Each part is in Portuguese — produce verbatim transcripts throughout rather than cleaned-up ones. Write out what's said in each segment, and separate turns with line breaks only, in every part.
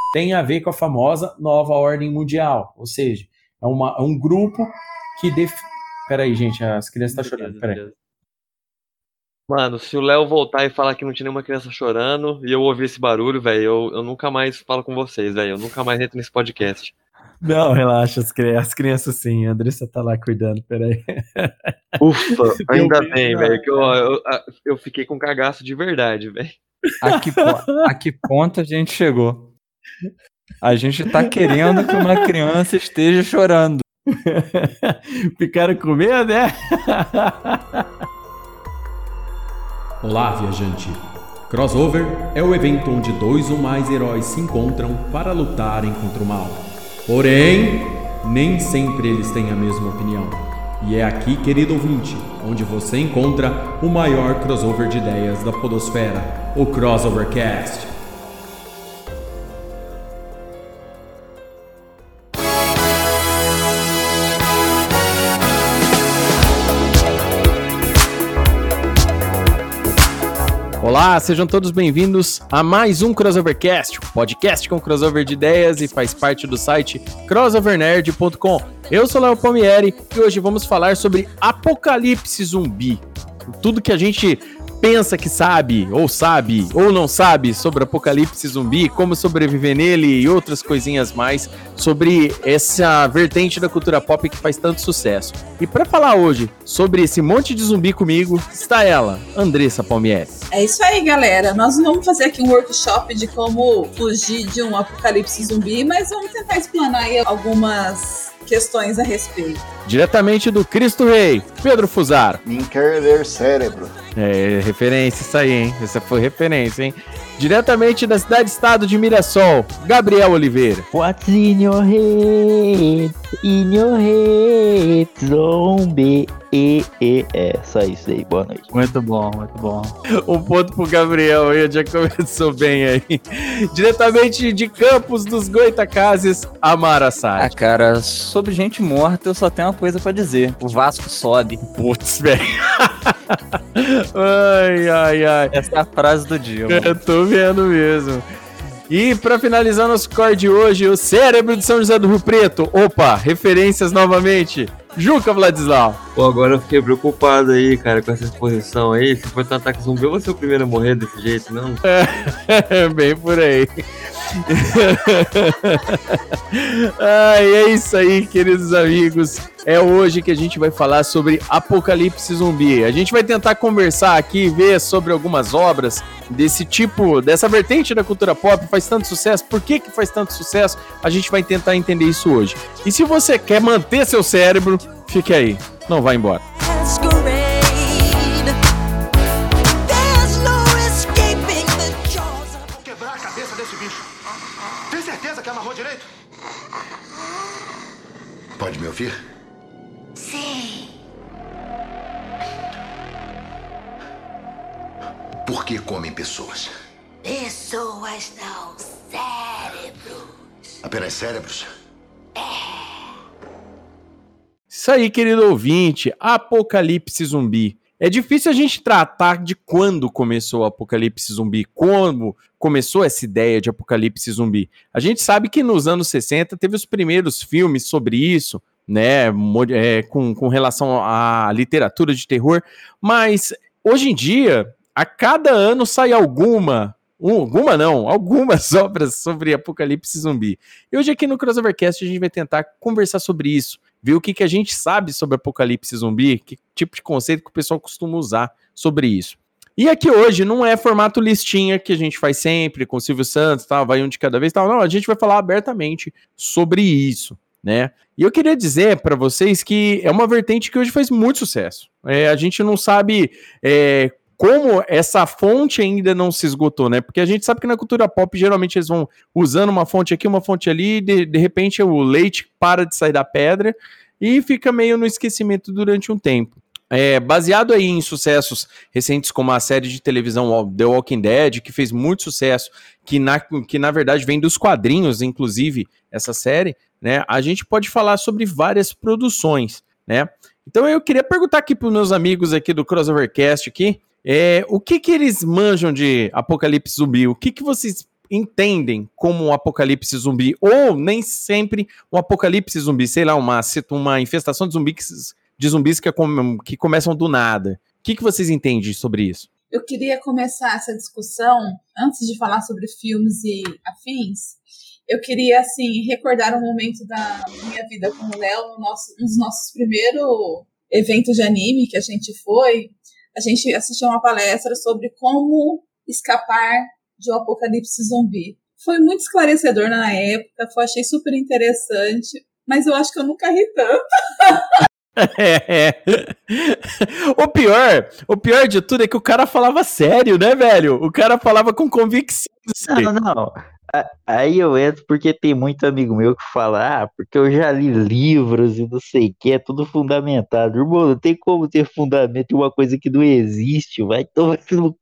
tem a ver com a famosa nova ordem mundial, ou seja, é, uma, é um grupo que... Def... Peraí, gente, as crianças estão chorando, peraí.
Mano, se o Léo voltar e falar que não tinha nenhuma criança chorando e eu ouvir esse barulho, velho, eu, eu nunca mais falo com vocês, velho, eu nunca mais entro nesse podcast.
Não, relaxa, as, cri- as crianças sim, a Andressa tá lá cuidando, peraí.
Ufa, ainda bem, velho, que eu, eu, eu fiquei com cagaço de verdade, velho.
A que, po- a que ponto a gente chegou? A gente tá querendo que uma criança esteja chorando.
Ficaram com medo, né?
Olá, viajante! Crossover é o evento onde dois ou mais heróis se encontram para lutarem contra o mal. Porém, nem sempre eles têm a mesma opinião. E é aqui, querido ouvinte, onde você encontra o maior crossover de ideias da podosfera, o Crossovercast.
Olá, sejam todos bem-vindos a mais um Crossovercast, um podcast com crossover de ideias e faz parte do site crossover nerd ponto com. Eu sou Léo Palmieri e hoje vamos falar sobre apocalipse zumbi. Tudo que a gente pensa que sabe, ou sabe, ou não sabe sobre apocalipse zumbi, como sobreviver nele e outras coisinhas mais sobre essa vertente da cultura pop que faz tanto sucesso. E para falar hoje sobre esse monte de zumbi comigo, está ela, Andressa Palmieri.
É isso aí, galera. Nós não vamos fazer aqui um workshop de como fugir de um apocalipse zumbi, mas vamos tentar explanar aí algumas questões a respeito.
Diretamente do Cristo Rei, Pedro Fusaro.
Minkerder cérebro.
É, referência isso aí, hein? Essa foi referência, hein? Diretamente da cidade-estado de Mirassol, Gabriel Oliveira.
What's in your head? In your head, zombie. E, e, é, só isso aí, boa noite.
Muito bom, muito bom.
Um ponto pro Gabriel aí, já começou bem aí. Diretamente de Campos dos Goitacazes, Amara Sade.
Ah, cara, sobre gente morta eu só tenho uma coisa pra dizer. O Vasco sobe.
Putz, velho. Ai, ai, ai.
Essa é a frase do dia, mano.
Eu tô vendo mesmo. E pra finalizar nosso core de hoje, o cérebro de São José do Rio Preto. Opa, referências novamente. Juca Vladislau.
Pô, agora eu fiquei preocupado aí, cara, com essa exposição aí. Se for um ataque zumbi, eu vou ser o primeiro a morrer desse jeito, não?
É, bem por aí. Ai, é isso aí, queridos amigos. É hoje que a gente vai falar sobre apocalipse zumbi. A gente vai tentar conversar aqui, ver sobre algumas obras desse tipo, dessa vertente da cultura pop, faz tanto sucesso. Por que que faz tanto sucesso? A gente vai tentar entender isso hoje. E se você quer manter seu cérebro, fique aí, não vá embora.
Vou quebrar a cabeça desse bicho. Tem certeza que amarrou direito?
Pode me ouvir?
Sim.
Por que comem pessoas?
Pessoas não, cérebros.
Apenas cérebros?
Isso aí, querido ouvinte, apocalipse zumbi. É difícil a gente tratar de quando começou o apocalipse zumbi, como começou essa ideia de apocalipse zumbi. A gente sabe que nos anos sessenta teve os primeiros filmes sobre isso, né, é, com, com relação à literatura de terror, mas hoje em dia, a cada ano sai alguma, um, alguma não, algumas obras sobre apocalipse zumbi. E hoje aqui no Crossovercast a gente vai tentar conversar sobre isso, ver o que, que a gente sabe sobre apocalipse zumbi, que tipo de conceito que o pessoal costuma usar sobre isso. E aqui hoje não é formato listinha que a gente faz sempre, com o Silvio Santos, tal, vai um de cada vez, tal. Não, a gente vai falar abertamente sobre isso, né? E eu queria dizer para vocês que é uma vertente que hoje faz muito sucesso. É, a gente não sabe é, como essa fonte ainda não se esgotou, né? Porque a gente sabe que na cultura pop, geralmente eles vão usando uma fonte aqui, uma fonte ali, e de, de repente o leite para de sair da pedra e fica meio no esquecimento durante um tempo. É, baseado aí em sucessos recentes como a série de televisão The Walking Dead, que fez muito sucesso, que na, que na verdade vem dos quadrinhos, inclusive, essa série, né? A gente pode falar sobre várias produções, né? Então eu queria perguntar aqui para os meus amigos aqui do Crossovercast aqui, É, o que que eles manjam de apocalipse zumbi? O que que vocês entendem como um apocalipse zumbi, ou nem sempre um apocalipse zumbi, sei lá, uma, uma infestação de zumbis, de zumbis que, que começam do nada. O que, que vocês entendem sobre isso?
Eu queria começar essa discussão, antes de falar sobre filmes e afins, eu queria, assim, recordar um momento da minha vida com o Léo, no nosso, um dos nossos primeiros eventos de anime que a gente foi. A gente assistiu uma palestra sobre como escapar de um apocalipse zumbi. Foi muito esclarecedor na época, eu achei super interessante, mas eu acho que eu nunca ri tanto.
É. O pior, o pior de tudo é que o cara falava sério, né, velho? O cara falava com convicção.
Não, não. Aí eu entro porque tem muito amigo meu que fala, ah, porque eu já li livros e não sei o que, é tudo fundamentado. Irmão, não tem como ter fundamento em uma coisa que não existe, vai tomar no cu.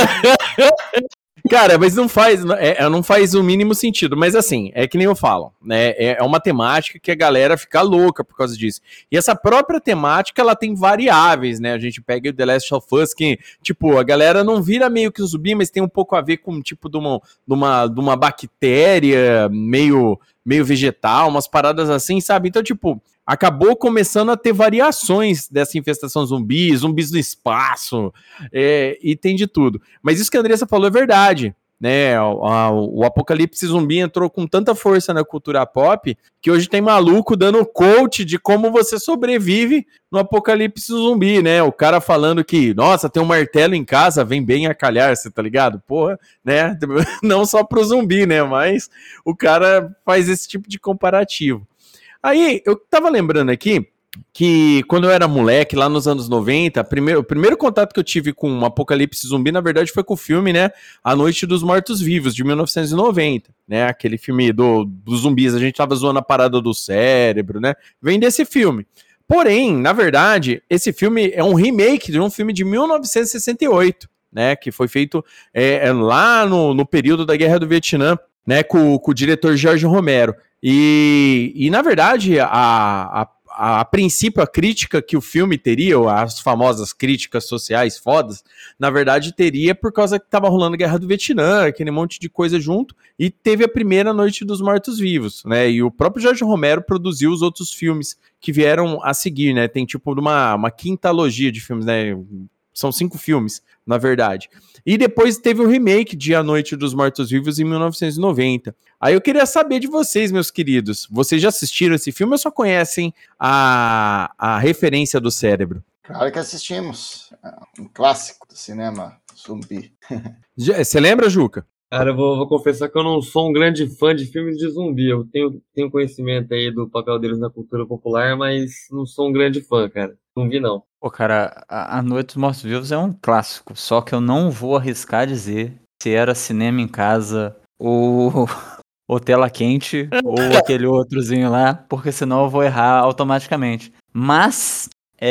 Cara, mas não faz, é, não faz o mínimo sentido. Mas assim, é que nem eu falo, né? É uma temática que a galera fica louca por causa disso. E essa própria temática, ela tem variáveis, né? A gente pega o The Last of Us, que, tipo, a galera não vira meio que um zumbi, mas tem um pouco a ver com, tipo, de uma, de uma, de uma bactéria meio, meio vegetal, umas paradas assim, sabe? Então, tipo, acabou começando a ter variações dessa infestação zumbi, zumbis no espaço, é, e tem de tudo. Mas isso que a Andressa falou é verdade, né? O, a, o apocalipse zumbi entrou com tanta força na cultura pop que hoje tem maluco dando coach de como você sobrevive no apocalipse zumbi, né? O cara falando que, nossa, tem um martelo em casa, vem bem a calhar, você tá ligado? Porra, né? Não só pro zumbi, né? Mas o cara faz esse tipo de comparativo. Aí, eu tava lembrando aqui que quando eu era moleque, lá nos anos noventa, primeiro, o primeiro contato que eu tive com um apocalipse zumbi, na verdade, foi com o filme, né, A Noite dos Mortos-Vivos, de mil novecentos e noventa, né, aquele filme do, dos zumbis, a gente tava zoando a parada do cérebro, né, vem desse filme. Porém, na verdade, esse filme é um remake de um filme de mil novecentos e sessenta e oito, né, que foi feito é, lá no, no período da Guerra do Vietnã, né, com, com o diretor Jorge Romero. E, e na verdade, a, a, a, a princípio, a crítica que o filme teria, as famosas críticas sociais fodas, na verdade teria por causa que estava rolando a Guerra do Vietnã, aquele monte de coisa junto, e teve a primeira Noite dos Mortos-Vivos, né? E o próprio Jorge Romero produziu os outros filmes que vieram a seguir, né? Tem tipo uma, uma quintalogia de filmes, né? São cinco filmes, na verdade. E depois teve o remake de A Noite dos Mortos-Vivos em mil novecentos e noventa. Aí eu queria saber de vocês, meus queridos. Vocês já assistiram esse filme ou só conhecem a, a referência do cérebro?
Claro que assistimos. É um clássico do cinema zumbi.
Você lembra, Juca?
Cara, eu vou, vou confessar que eu não sou um grande fã de filmes de zumbi. Eu tenho, tenho conhecimento aí do papel deles na cultura popular, mas não sou um grande fã, cara. Zumbi não.
Pô, cara, A Noite dos Mortos-Vivos é um clássico, só que eu não vou arriscar dizer se era Cinema em Casa ou, ou Tela Quente ou aquele outrozinho lá, porque senão eu vou errar automaticamente. Mas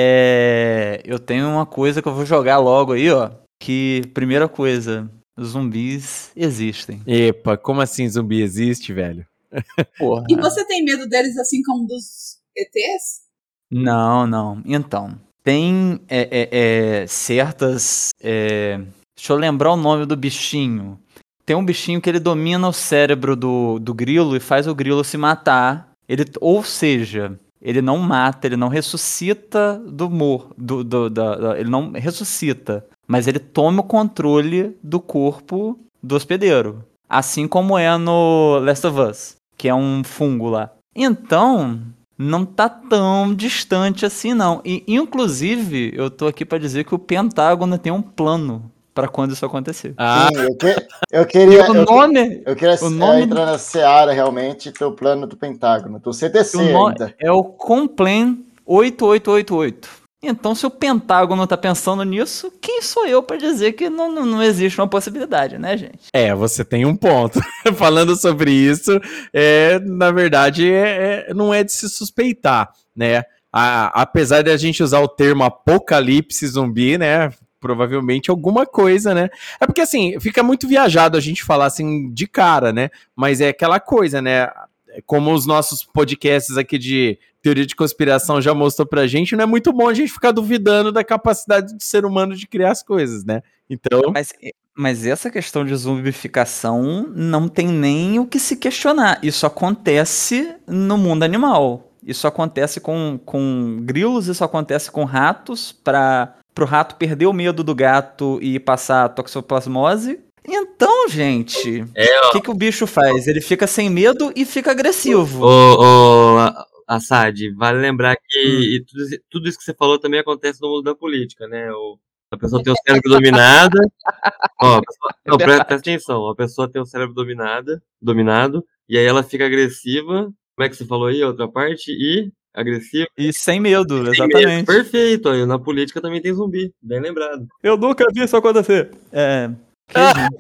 é, eu tenho uma coisa que eu vou jogar logo aí, ó, que, primeira coisa, zumbis existem.
Epa, como assim zumbi existe, velho?
Porra.
E você tem medo deles assim como dos E Tês?
Não, não. Então, tem é, é, é, certas... É... Deixa eu lembrar o nome do bichinho. Tem um bichinho que ele domina o cérebro do, do grilo e faz o grilo se matar. Ele, ou seja, ele não mata, ele não ressuscita do morto. Do, do, da, da, ele não ressuscita, mas ele toma o controle do corpo do hospedeiro. Assim como é no Last of Us, que é um fungo lá. Então... não tá tão distante assim, não. E, inclusive, eu tô aqui pra dizer que o Pentágono tem um plano pra quando isso acontecer.
Ah, Sim, eu, que, eu queria...
o
eu,
nome...
Eu queria
o nome
entrar na seara, realmente, do plano do Pentágono. Do C T C
o
ainda.
É o Complan oito oito oito oito. Então, se o Pentágono tá pensando nisso, quem sou eu pra dizer que não, não, não existe uma possibilidade, né, gente?
É, você tem um ponto. Falando sobre isso, é, na verdade, é, é, não é de se suspeitar, né? A, apesar de a gente usar o termo apocalipse zumbi, né? Provavelmente alguma coisa, né? É porque, assim, fica muito viajado a gente falar assim de cara, né? Mas é aquela coisa, né? Como os nossos podcasts aqui de teoria de conspiração já mostrou pra gente, não é muito bom a gente ficar duvidando da capacidade do ser humano de criar as coisas, né? Então...
Mas Mas essa questão de zumbificação não tem nem o que se questionar. Isso acontece no mundo animal. Isso acontece com, com grilos, isso acontece com ratos, para o rato perder o medo do gato e passar a toxoplasmose. Então, gente, o
É, ó.
que, que o bicho faz? Ele fica sem medo e fica agressivo.
Ô, ô, A- Assad, vale lembrar que
Hum.
e tudo, isso- tudo isso que você falou também acontece no mundo da política, né? O, a pessoa tem o cérebro dominado. Ó, a pessoa- não, presta, presta atenção. A pessoa tem o cérebro dominada, dominado, e aí ela fica agressiva. Como é que você falou aí? A outra parte? E agressiva.
E sem medo,
Sem medo.
exatamente.
Perfeito. Aí na política também tem zumbi. Bem lembrado.
Eu nunca vi isso acontecer. É. que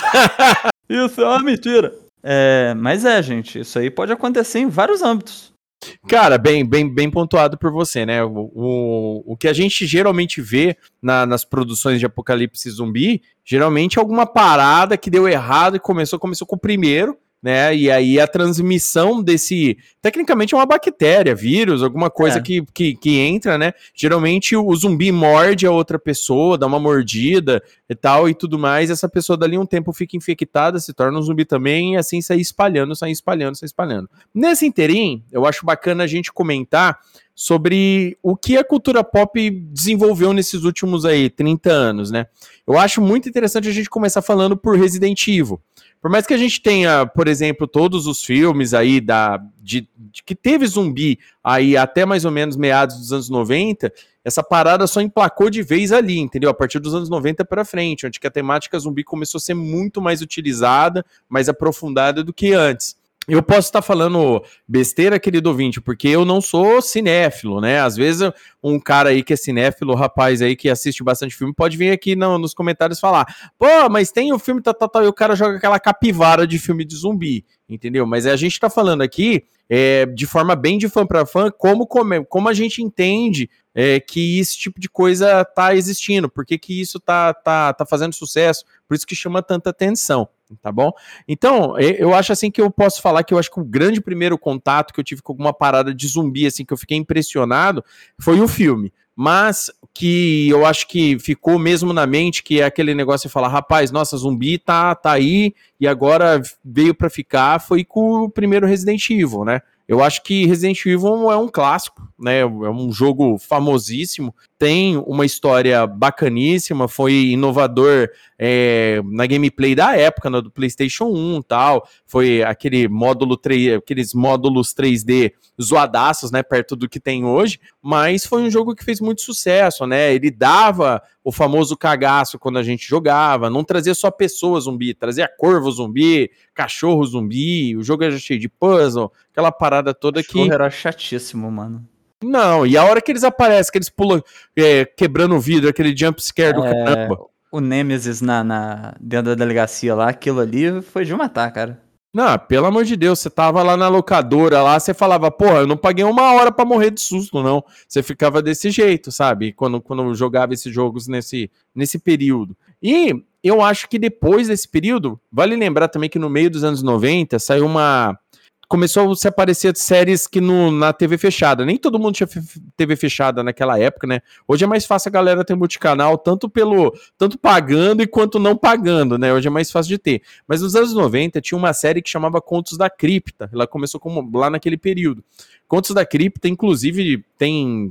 gente. Isso é uma mentira. É, mas é, gente, isso aí pode acontecer em vários âmbitos.
Cara, bem, bem, bem pontuado por você, né? O, o, o que a gente geralmente vê na- nas produções de apocalipse zumbi, geralmente é alguma parada que deu errado e começou, começou com o primeiro, né? E aí a transmissão desse. Tecnicamente é uma bactéria, vírus, alguma coisa
É.
que, que, que entra, né? Geralmente o zumbi morde a outra pessoa, dá uma mordida e tal e tudo mais. Essa pessoa dali um tempo fica infectada, se torna um zumbi também, e assim sai espalhando, sai espalhando, sai espalhando. Nesse interim, eu acho bacana a gente comentar sobre o que a cultura pop desenvolveu nesses últimos aí trinta anos, né? Eu acho muito interessante a gente começar falando por Resident Evil. Por mais que a gente tenha, por exemplo, todos os filmes aí da, de, de que teve zumbi aí até mais ou menos meados dos anos noventa, essa parada só emplacou de vez ali, entendeu? A partir dos anos noventa para frente, onde que a temática zumbi começou a ser muito mais utilizada, mais aprofundada do que antes. Eu posso estar falando besteira, querido ouvinte, porque eu não sou cinéfilo, né? Às vezes um cara aí que é cinéfilo, rapaz aí que assiste bastante filme, pode vir aqui no, nos comentários falar, pô, mas tem o filme tal, tal, tal, e o cara joga aquela capivara de filme de zumbi, entendeu? Mas a gente tá falando aqui é, de forma bem de fã para fã, como, como, como a gente entende é, que esse tipo de coisa tá existindo, por que que isso tá, tá, tá fazendo sucesso, por isso que chama tanta atenção, tá bom? Então, eu acho assim que eu posso falar que eu acho que o grande primeiro contato que eu tive com alguma parada de zumbi, assim, que eu fiquei impressionado, foi o filme. Mas que eu acho que ficou mesmo na mente, que é aquele negócio de falar, rapaz, nossa, zumbi tá, tá aí e agora veio pra ficar, foi com o primeiro Resident Evil, né? Eu acho que Resident Evil é um clássico, né? É um jogo famosíssimo, tem uma história bacaníssima, foi inovador é, na gameplay da época, no, do PlayStation um e tal, foi aquele módulo três, aqueles módulos três D zoadaços, né, perto do que tem hoje, mas foi um jogo que fez muito sucesso, né? Ele dava o famoso cagaço quando a gente jogava, não trazia só pessoas zumbi, trazia corvo zumbi, cachorro zumbi, o jogo era cheio de puzzle, aquela parada toda que...
Cachorro era chatíssimo, mano.
Não, e a hora que eles aparecem, que eles pulam é, quebrando o vidro, aquele jump scare do
É,
caramba.
O Nemesis na, na, dentro da delegacia lá, aquilo ali foi de matar, cara.
Não, pelo amor de Deus, você tava lá na locadora, lá, você falava, porra, eu não paguei uma hora pra morrer de susto, não. Você ficava desse jeito, sabe? Quando, quando jogava esses jogos nesse, nesse período. E eu acho que depois desse período, vale lembrar também que no meio dos anos noventa, saiu uma... Começou a se aparecer séries que no, na T V fechada. Nem todo mundo tinha T V fechada naquela época, né? Hoje é mais fácil a galera ter multicanal, tanto pelo tanto pagando e quanto não pagando, né? Hoje é mais fácil de ter. Mas nos anos noventa tinha uma série que chamava Contos da Cripta. Ela começou como, lá naquele período. Contos da Cripta, inclusive, tem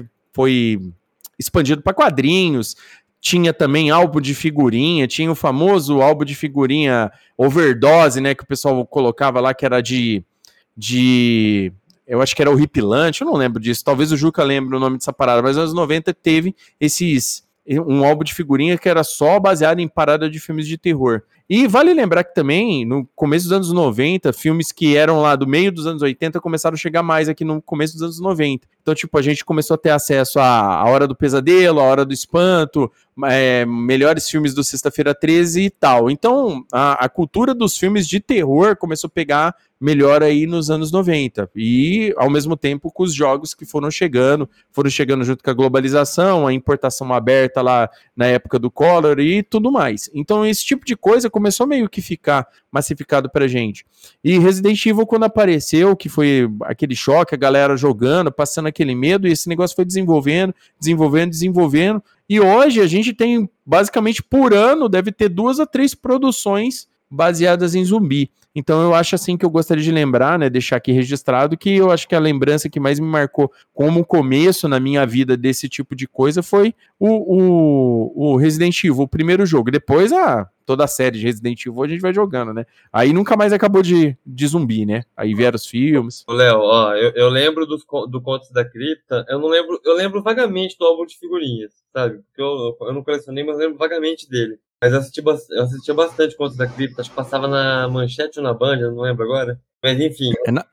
foi expandido para quadrinhos. Tinha também álbum de figurinha, tinha o famoso álbum de figurinha overdose, né, que o pessoal colocava lá, que era de, de eu acho que era o Horripilante, eu não lembro disso, talvez o Juca lembre o nome dessa parada, mas nos anos noventa teve esses, um álbum de figurinha que era só baseado em parada de filmes de terror. E vale lembrar que também, no começo dos anos noventa, filmes que eram lá do meio dos anos oitenta começaram a chegar mais aqui no começo dos anos noventa. Então, tipo, a gente começou a ter acesso à, à Hora do Pesadelo, à Hora do Espanto, é, melhores filmes do Sexta-feira treze e tal. Então, a, a cultura dos filmes de terror começou a pegar melhor aí nos anos noventa. E, ao mesmo tempo, com os jogos que foram chegando, foram chegando junto com a globalização, a importação aberta lá na época do Collor e tudo mais. Então, esse tipo de coisa começou meio que ficar massificado pra gente. E Resident Evil, quando apareceu, que foi aquele choque, a galera jogando, passando aquele medo, e esse negócio foi desenvolvendo, desenvolvendo, desenvolvendo, E hoje a gente tem, basicamente, por ano, deve ter duas a três produções baseadas em zumbi. Então eu acho assim que eu gostaria de lembrar, né, deixar aqui registrado, que eu acho que a lembrança que mais me marcou como começo na minha vida desse tipo de coisa foi o, o, o Resident Evil, o primeiro jogo. Depois, ah, toda a série de Resident Evil a gente vai jogando, né? Aí nunca mais acabou de, de zumbi, né? Aí vieram os filmes.
Léo, ó, eu, eu lembro dos, do Contos da Cripta, eu não lembro, eu lembro vagamente do álbum de figurinhas, sabe? Porque eu, eu não colecionei, mas eu lembro vagamente dele. Mas eu assisti, eu assistia bastante Contos da Cripta, acho que passava na Manchete ou na Band, eu não lembro agora. Mas enfim.
É na...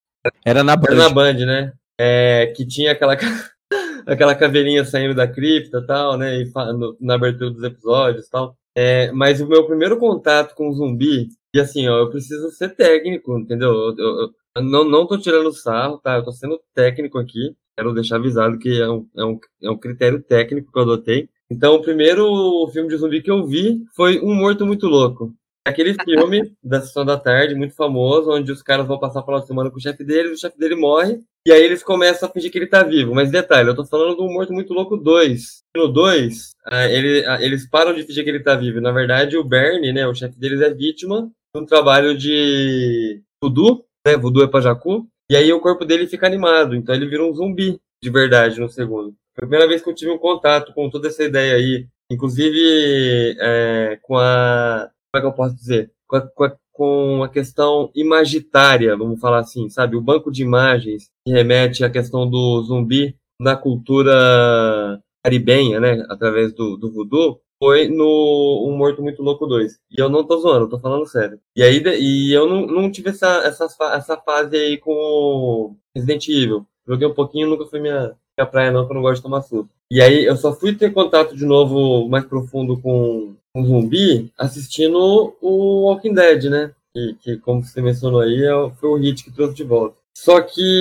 Era na Band.
Era na Band, né? É, que tinha aquela, aquela caveirinha saindo da cripta e tal, né? E no, na abertura dos episódios e tal. É, mas o meu primeiro contato com zumbi, e assim, ó, eu preciso ser técnico, entendeu? Eu, eu, eu não, não tô tirando sarro, tá? Eu tô sendo técnico aqui. Quero deixar avisado que é um, é um, é um critério técnico que eu adotei. Então, o primeiro filme de zumbi que eu vi foi Um Morto Muito Louco. Aquele filme da Sessão da Tarde, muito famoso, onde os caras vão passar a final de semana com o chefe dele, o chefe dele morre, e aí eles começam a fingir que ele tá vivo. Mas detalhe, eu tô falando do Um Morto Muito Louco dois. No dois, ele, eles param de fingir que ele tá vivo. Na verdade, o Bernie, né, o chefe deles, é vítima de um trabalho de voodoo, né, voodoo é pra jacu, e aí o corpo dele fica animado, então ele vira um zumbi de verdade no segundo. Foi a primeira vez que eu tive um contato com toda essa ideia aí, inclusive é, com a... como é que eu posso dizer? Com a, com, a, com a questão imagitária, vamos falar assim, sabe? O banco de imagens que remete à questão do zumbi na cultura caribenha, né? Através do, do voodoo, foi no Um Morto Muito Louco dois. E eu não tô zoando, eu tô falando sério. E aí e eu não, não tive essa, essa, essa fase aí com o Resident Evil. Joguei um pouquinho, nunca foi minha... a praia não, que eu não gosto de tomar susto. E aí eu só fui ter contato de novo mais profundo com, com zumbi assistindo o Walking Dead, né? Que, que como você mencionou aí, foi o hit que trouxe de volta. Só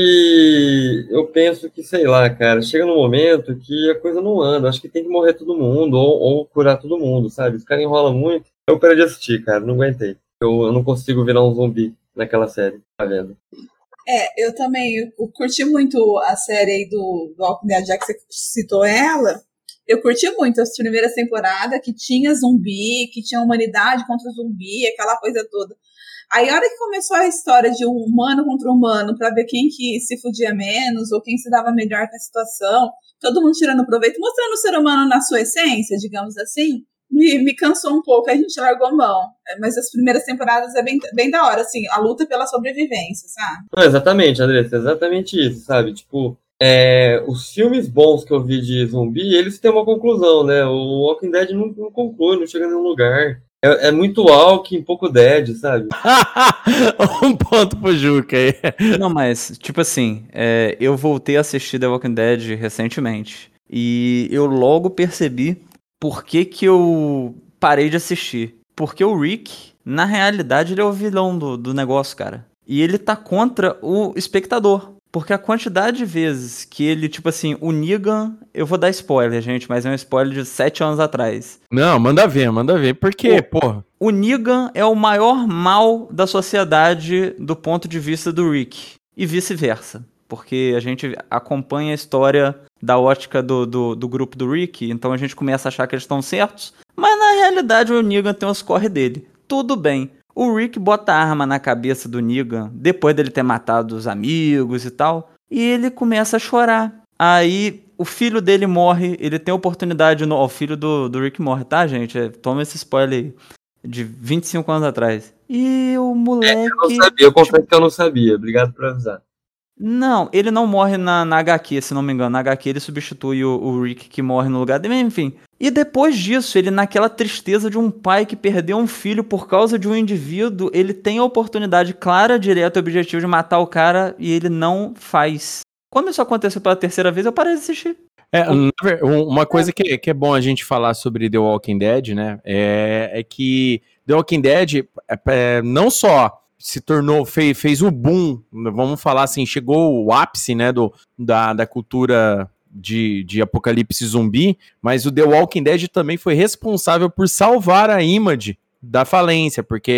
que eu penso que, sei lá, cara, chega num momento que a coisa não anda. Acho que tem que morrer todo mundo ou, ou curar todo mundo, sabe? Os caras enrolam muito. Eu parei de assistir, cara, não aguentei. Eu, eu não consigo virar um zumbi naquela série, tá vendo?
É, eu também eu curti muito a série aí do, do Walking Dead, já que você citou ela. Eu curti muito as primeiras temporadas, que tinha zumbi, que tinha humanidade contra zumbi, aquela coisa toda. Aí, a hora que começou a história de um humano contra humano, pra ver quem que se fudia menos, ou quem se dava melhor com a situação, todo mundo tirando proveito, mostrando o ser humano na sua essência, digamos assim, me, me cansou um pouco, aí a gente largou a mão. Mas as primeiras temporadas é bem, bem da hora, assim, a luta pela sobrevivência, sabe?
Não, exatamente, Andressa, exatamente isso, sabe? Tipo, é, os filmes bons que eu vi de zumbi, eles têm uma conclusão, né? O Walking Dead não, não conclui, não chega em nenhum lugar. É, é muito Walking, pouco Dead, sabe?
Um ponto pro Juca aí.
Não, mas, tipo assim, é, eu voltei a assistir The Walking Dead recentemente. E eu logo percebi por que que eu parei de assistir. Porque o Rick, na realidade, ele é o vilão do, do negócio, cara. E ele tá contra o espectador. Porque a quantidade de vezes que ele, tipo assim, o Negan... Eu vou dar spoiler, gente, mas é um spoiler de sete anos atrás.
Não, manda ver, manda ver. Por quê, porra?
O Negan é o maior mal da sociedade do ponto de vista do Rick. E vice-versa. Porque a gente acompanha a história da ótica do, do, do grupo do Rick, então a gente começa a achar que eles estão certos. Mas na realidade o Negan tem os corre dele. Tudo bem. O Rick bota a arma na cabeça do Negan, depois dele ter matado os amigos e tal, e ele começa a chorar. Aí o filho dele morre, ele tem a oportunidade... No... O filho do, do Rick morre, tá, gente? É, toma esse spoiler aí. De vinte e cinco anos atrás. E o moleque... É,
eu não sabia, eu confesso que eu não sabia. Obrigado por avisar.
Não, ele não morre na, na agá quê, se não me engano. Na agá quê ele substitui o, o Rick que morre no lugar dele, enfim. E depois disso, ele naquela tristeza de um pai que perdeu um filho por causa de um indivíduo, ele tem a oportunidade clara, direta e objetiva de matar o cara e ele não faz. Quando isso aconteceu pela terceira vez, eu parei de assistir.
É, uma coisa que, que é bom a gente falar sobre The Walking Dead, né, é, é que The Walking Dead é, é, não só se tornou, fez, fez o boom, vamos falar assim, chegou o ápice, né, do, da, da cultura de, de apocalipse zumbi, mas o The Walking Dead também foi responsável por salvar a Image da falência, porque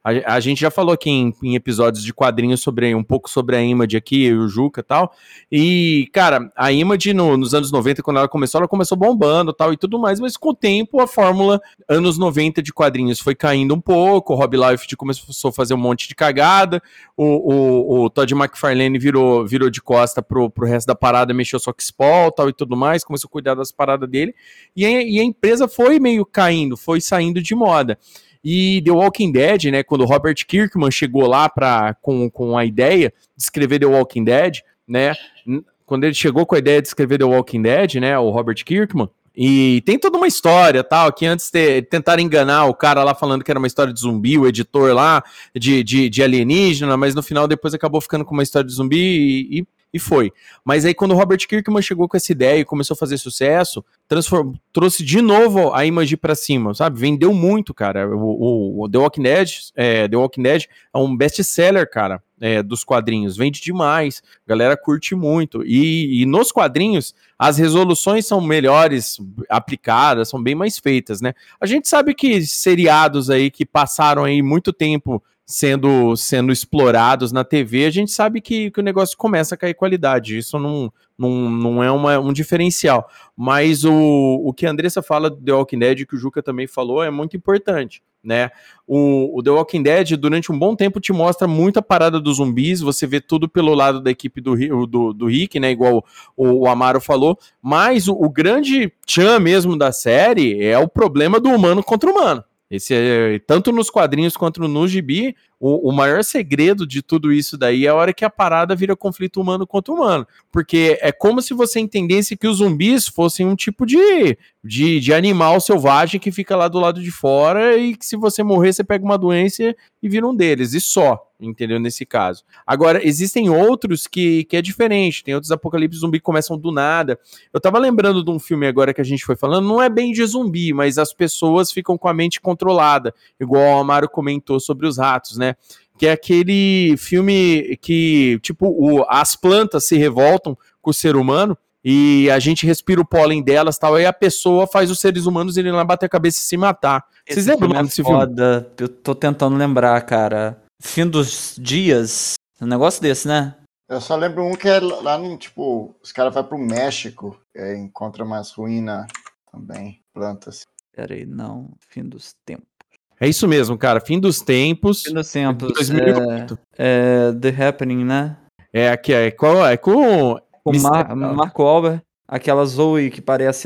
A, a gente já falou aqui em, em episódios de quadrinhos sobre um pouco sobre a Image aqui, eu e o Juca e tal. E, cara, a Image no, nos anos noventa, quando ela começou, ela começou bombando tal e tudo mais, mas com o tempo a fórmula anos noventa de quadrinhos foi caindo um pouco, o Rob Liefeld começou a fazer um monte de cagada, o, o, o Todd McFarlane virou, virou de costa pro, pro resto da parada, mexeu só com Spawn tal e tudo mais, começou a cuidar das paradas dele, e a, e a empresa foi meio caindo, foi saindo de moda. E The Walking Dead, né, quando o Robert Kirkman chegou lá pra, com, com a ideia de escrever The Walking Dead, né, quando ele chegou com a ideia de escrever The Walking Dead, né, o Robert Kirkman, e tem toda uma história, tal, que antes de, tentaram enganar o cara lá falando que era uma história de zumbi, o editor lá, de, de, de alienígena, mas no final depois acabou ficando com uma história de zumbi e, e E foi. Mas aí quando o Robert Kirkman chegou com essa ideia e começou a fazer sucesso, trouxe de novo a Image pra cima, sabe? Vendeu muito, cara. O, o, o The Walking Dead, é, The Walking Dead é um best-seller, cara, é, dos quadrinhos. Vende demais. A galera curte muito. E, e nos quadrinhos, as resoluções são melhores aplicadas, são bem mais feitas, né? A gente sabe que seriados aí que passaram aí muito tempo sendo, sendo explorados na T V, a gente sabe que, que o negócio começa a cair qualidade, isso não, não, não é uma, um diferencial, mas o, o que a Andressa fala do The Walking Dead, que o Juca também falou, é muito importante, né? O, o The Walking Dead, durante um bom tempo, te mostra muita parada dos zumbis, você vê tudo pelo lado da equipe do, do, do Rick, né, igual o, o Amaro falou, mas o, o grande tchan mesmo da série é o problema do humano contra o humano. Esse é, tanto nos quadrinhos quanto no gibi, o, o maior segredo de tudo isso daí é a hora que a parada vira conflito humano contra humano. Porque é como se você entendesse que os zumbis fossem um tipo de, de, de animal selvagem que fica lá do lado de fora e que se você morrer, você pega uma doença e vira um deles, e só, entendeu? Nesse caso. Agora, existem outros que, que é diferente, tem outros apocalipse zumbi que começam do nada. Eu tava lembrando de um filme agora que a gente foi falando, não é bem de zumbi, mas as pessoas ficam com a mente controlada, igual o Amaro comentou sobre os ratos, né? Que é aquele filme que, tipo, o, as plantas se revoltam com o ser humano e a gente respira o pólen delas e tal, aí a pessoa faz os seres humanos irem lá bater a cabeça e se matar.
Esse
Vocês lembram
filme é
desse
foda.
filme?
Eu tô tentando lembrar, cara. Fim dos dias, um negócio desse, né?
Eu só lembro um que é lá no, tipo, os caras vão pro México, é, encontra umas ruínas também, plantas.
Peraí, não, fim dos tempos.
É isso mesmo, cara, fim dos tempos.
Fim dos tempos,
dois mil e oito.
É, é The Happening, né?
É, aqui é, qual, é com...
O Mar Marco Wahlberg, aquela Zoe que parece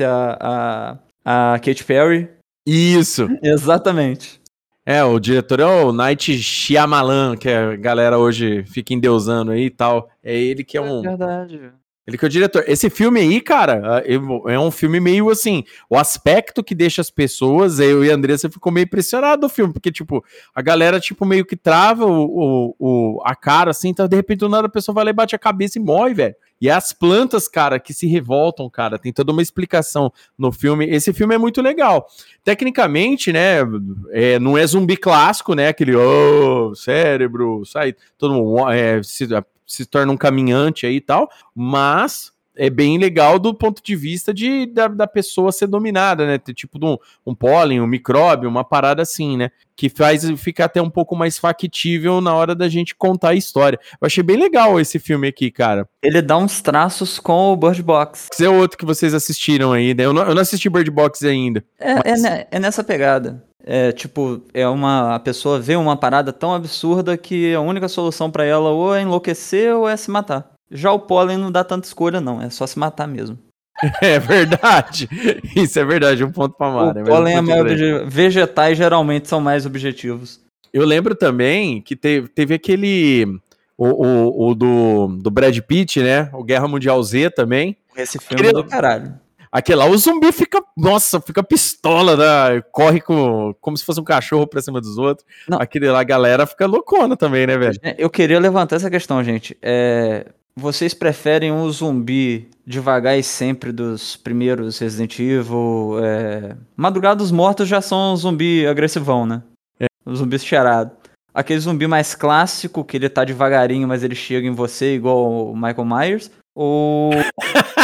a, a, a Katy Perry.
Isso.
Exatamente.
É, o diretor é o Night Shyamalan, que a galera hoje fica endeusando aí e tal. É ele que é um...
É verdade.
Ele que é o diretor. Esse filme aí, cara, é um filme meio assim, o aspecto que deixa as pessoas, eu e a Andressa ficou meio impressionado do filme, porque, tipo, a galera, tipo, meio que trava o, o, a cara, assim, então, de repente, do nada, a pessoa vai lá e bate a cabeça e morre, velho. E é as plantas, cara, que se revoltam, cara, tem toda uma explicação no filme. Esse filme é muito legal. Tecnicamente, né, é, não é zumbi clássico, né, aquele, oh, cérebro, sai, todo mundo, é, se, se torna um caminhante aí e tal, mas é bem legal do ponto de vista de, da, da pessoa ser dominada, né, ter tipo um, um pólen, um micróbio, uma parada assim, né, que faz ficar até um pouco mais factível na hora da gente contar a história. Eu achei bem legal esse filme aqui, cara.
Ele dá uns traços com o Bird Box.
Esse é outro que vocês assistiram aí, né, eu não, eu não assisti Bird Box ainda.
É, mas... é, é nessa pegada. É tipo, é uma, a pessoa vê uma parada tão absurda que a única solução pra ela ou é enlouquecer ou é se matar. Já o pólen não dá tanta escolha não, é só se matar mesmo.
É verdade, isso é verdade, um ponto pra Mara.
O pólen é mais objetivo. Vegetais geralmente são mais objetivos.
Eu lembro também que teve, teve aquele, o, o, o do, do Brad Pitt, né, o Guerra Mundial Z também.
Esse filme é do caralho.
Aquele lá, o zumbi fica, nossa, fica pistola, né? Corre com, como se fosse um cachorro pra cima dos outros. Não. Aquele lá, a galera fica loucona também, né, velho?
Eu queria levantar essa questão, gente. É, vocês preferem um zumbi devagar e sempre dos primeiros Resident Evil? É... Madrugada dos Mortos já são um zumbi agressivão, né? É. Um zumbi cheirado. Aquele zumbi mais clássico, que ele tá devagarinho, mas ele chega em você, igual o Michael Myers. Ou...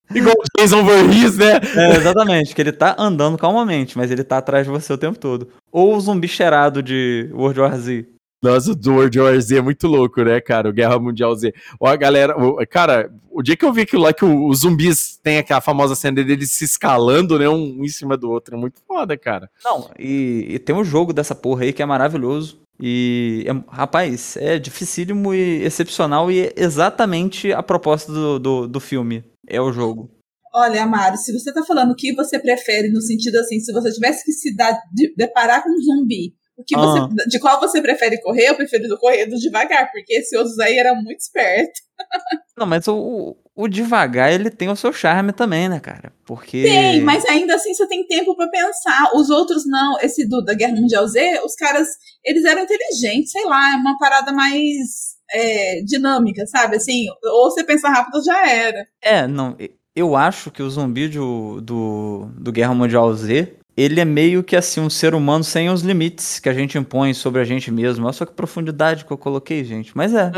Igual o Jason Voorhees, né?
É, exatamente, que ele tá andando calmamente, mas ele tá atrás de você o tempo todo. Ou o zumbi cheirado de World War Z.
Nossa, o World War Z é muito louco, né, cara? O Guerra Mundial Z. Ó, a galera... O, cara, o dia que eu vi aquilo lá, que o, os zumbis tem aquela famosa cena deles se escalando, né, um em cima do outro, é muito foda, cara.
Não, e, e tem um jogo dessa porra aí que é maravilhoso. E, é, rapaz, é dificílimo e excepcional e é exatamente a proposta do, do, do filme. É o jogo.
Olha, Amaro, se você tá falando o que você prefere no sentido assim, se você tivesse que se dar, de, deparar com um zumbi, o que você, ah. de qual você prefere correr, eu prefiro correr do devagar, porque esse outro aí era muito esperto.
Não, mas o, o devagar, ele tem o seu charme também, né, cara? Porque...
Tem, mas ainda assim você tem tempo pra pensar. Os outros não. Esse do da Guerra Mundial Z, os caras, eles eram inteligentes, sei lá, é uma parada mais é, dinâmica, sabe? Assim, ou você pensa rápido, já era.
É, não, eu acho que o zumbi do, do, do Guerra Mundial Z, ele é meio que assim, um ser humano sem os limites que a gente impõe sobre a gente mesmo. Olha só que profundidade que eu coloquei, gente. Mas é.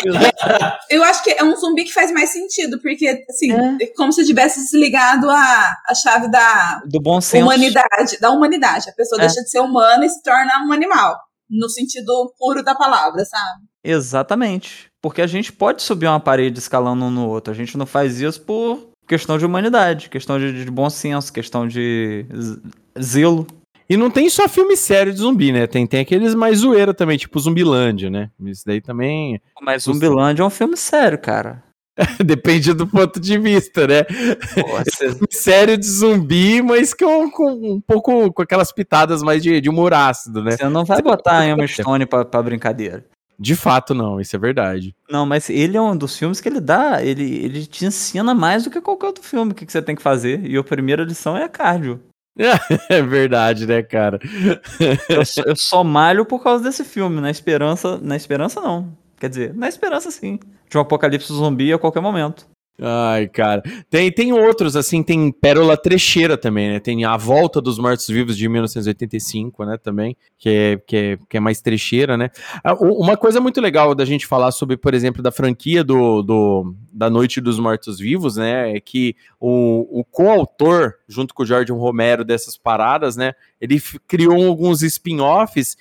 é eu acho que é um zumbi que faz mais sentido, porque, assim, é como se tivesse desligado a, a chave da
do bom senso.
humanidade. Da humanidade. A pessoa é. deixa de ser humana e se torna um animal. No sentido puro da palavra, sabe?
Exatamente. Porque a gente pode subir uma parede escalando um no outro. A gente não faz isso por questão de humanidade, questão de, de bom senso, questão de zelo.
E não tem só filme sério de zumbi, né? Tem, tem aqueles mais zoeira também, tipo Zumbilândia, né? Isso daí também...
Mas Zumbilândia é um filme sério, cara.
Depende do ponto de vista, né?
Nossa.
É um filme sério de zumbi, mas com, com um pouco com aquelas pitadas mais de, de humor ácido, né?
Você não vai botar a Emma Stone pra, pra brincadeira.
De fato, não, isso é verdade.
Não, mas ele é um dos filmes que ele dá, ele, ele te ensina mais do que qualquer outro filme, o que, que você tem que fazer. E a primeira lição é cardio.
É verdade, né, cara?
eu, só, eu só malho por causa desse filme, na esperança, na esperança não. Quer dizer, na esperança sim, de um apocalipse zumbi a qualquer momento.
Ai, cara. Tem, tem outros, assim, tem Pérola Trecheira também, né? Tem A Volta dos Mortos-Vivos de mil novecentos e oitenta e cinco, né, também, que é, que é, que é mais trecheira, né? Uma coisa muito legal da gente falar sobre, por exemplo, da franquia do, do, da Noite dos Mortos-Vivos, né, é que o, o coautor, junto com o Jorge Romero dessas paradas, né, ele criou alguns spin-offs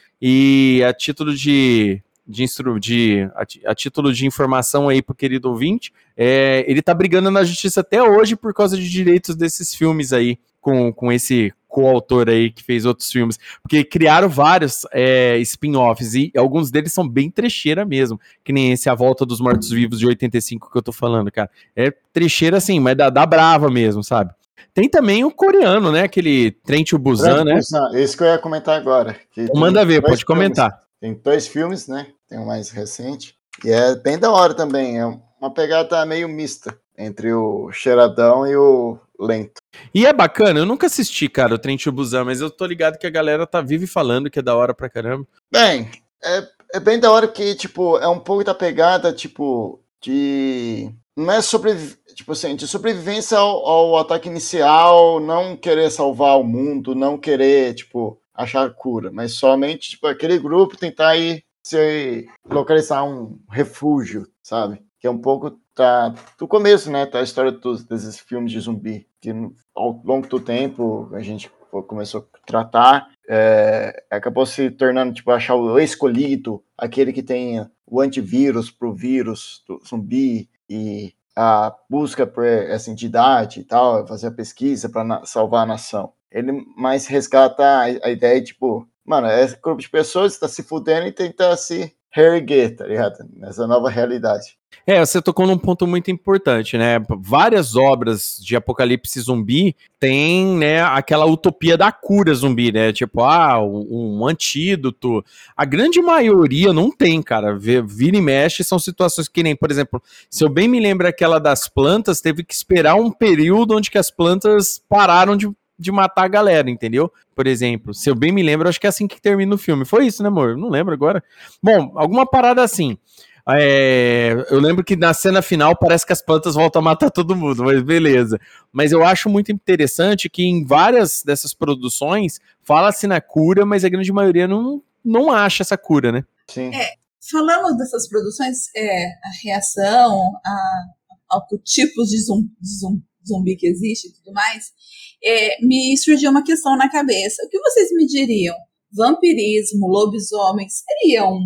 e a título de... De, instru- de, a, a título de informação aí pro querido ouvinte, é, ele tá brigando na justiça até hoje por causa de direitos desses filmes aí, com, com esse coautor aí que fez outros filmes, porque criaram vários é, spin-offs e alguns deles são bem trecheira mesmo, que nem esse A Volta dos Mortos-Vivos de oitenta e cinco que eu tô falando, cara. É trecheira assim, mas dá, dá brava mesmo, sabe? Tem também o coreano, né, aquele Trem to Busan, né?
Busan, esse que eu ia comentar agora. Que
manda ver, pode comentar.
Filmes. Tem dois filmes, né? Tem um mais recente. E é bem da hora também. É uma pegada meio mista entre o cheiradão e o lento.
E é bacana. Eu nunca assisti, cara, o Trem to Busan, mas eu tô ligado que a galera tá vive falando que é da hora pra caramba.
Bem, é, é bem da hora que, tipo, é um pouco da pegada, tipo, de... Não é sobre, tipo assim, de sobrevivência ao, ao ataque inicial, não querer salvar o mundo, não querer, tipo... achar cura, mas somente tipo, aquele grupo tentar ir se localizar um refúgio, sabe? Que é um pouco tá, do começo, né? Tá a história dos, desses filmes de zumbi, que ao longo do tempo a gente começou a tratar, é, acabou se tornando, tipo, achar o escolhido, aquele que tem o antivírus pro vírus do zumbi e a busca por essa entidade e tal, fazer a pesquisa para salvar a nação. Ele mais resgata a, a ideia de, tipo, mano, é um grupo de pessoas que está se fudendo e tenta se reerguer, tá ligado? Nessa nova realidade.
É, você tocou num ponto muito importante, né? Várias obras de apocalipse zumbi têm, né, aquela utopia da cura zumbi, né? Tipo, ah, um, um antídoto. A grande maioria não tem, cara. Vira e mexe são situações que nem, por exemplo, se eu bem me lembro aquela das plantas, teve que esperar um período onde que as plantas pararam de de matar a galera, entendeu? Por exemplo, se eu bem me lembro, acho que é assim que termina o filme. Foi isso, né, amor? Não lembro agora. Bom, alguma parada assim. É, eu lembro que na cena final parece que as plantas voltam a matar todo mundo, mas beleza. Mas eu acho muito interessante que em várias dessas produções fala-se na cura, mas a grande maioria não, não acha essa cura, né?
Sim.
É, falando dessas produções, é, a reação a, a, a tipos de, zum, de, zum, zumbi que existe e tudo mais, é, me surgiu uma questão na cabeça. O que vocês me diriam? Vampirismo, lobisomem, seria um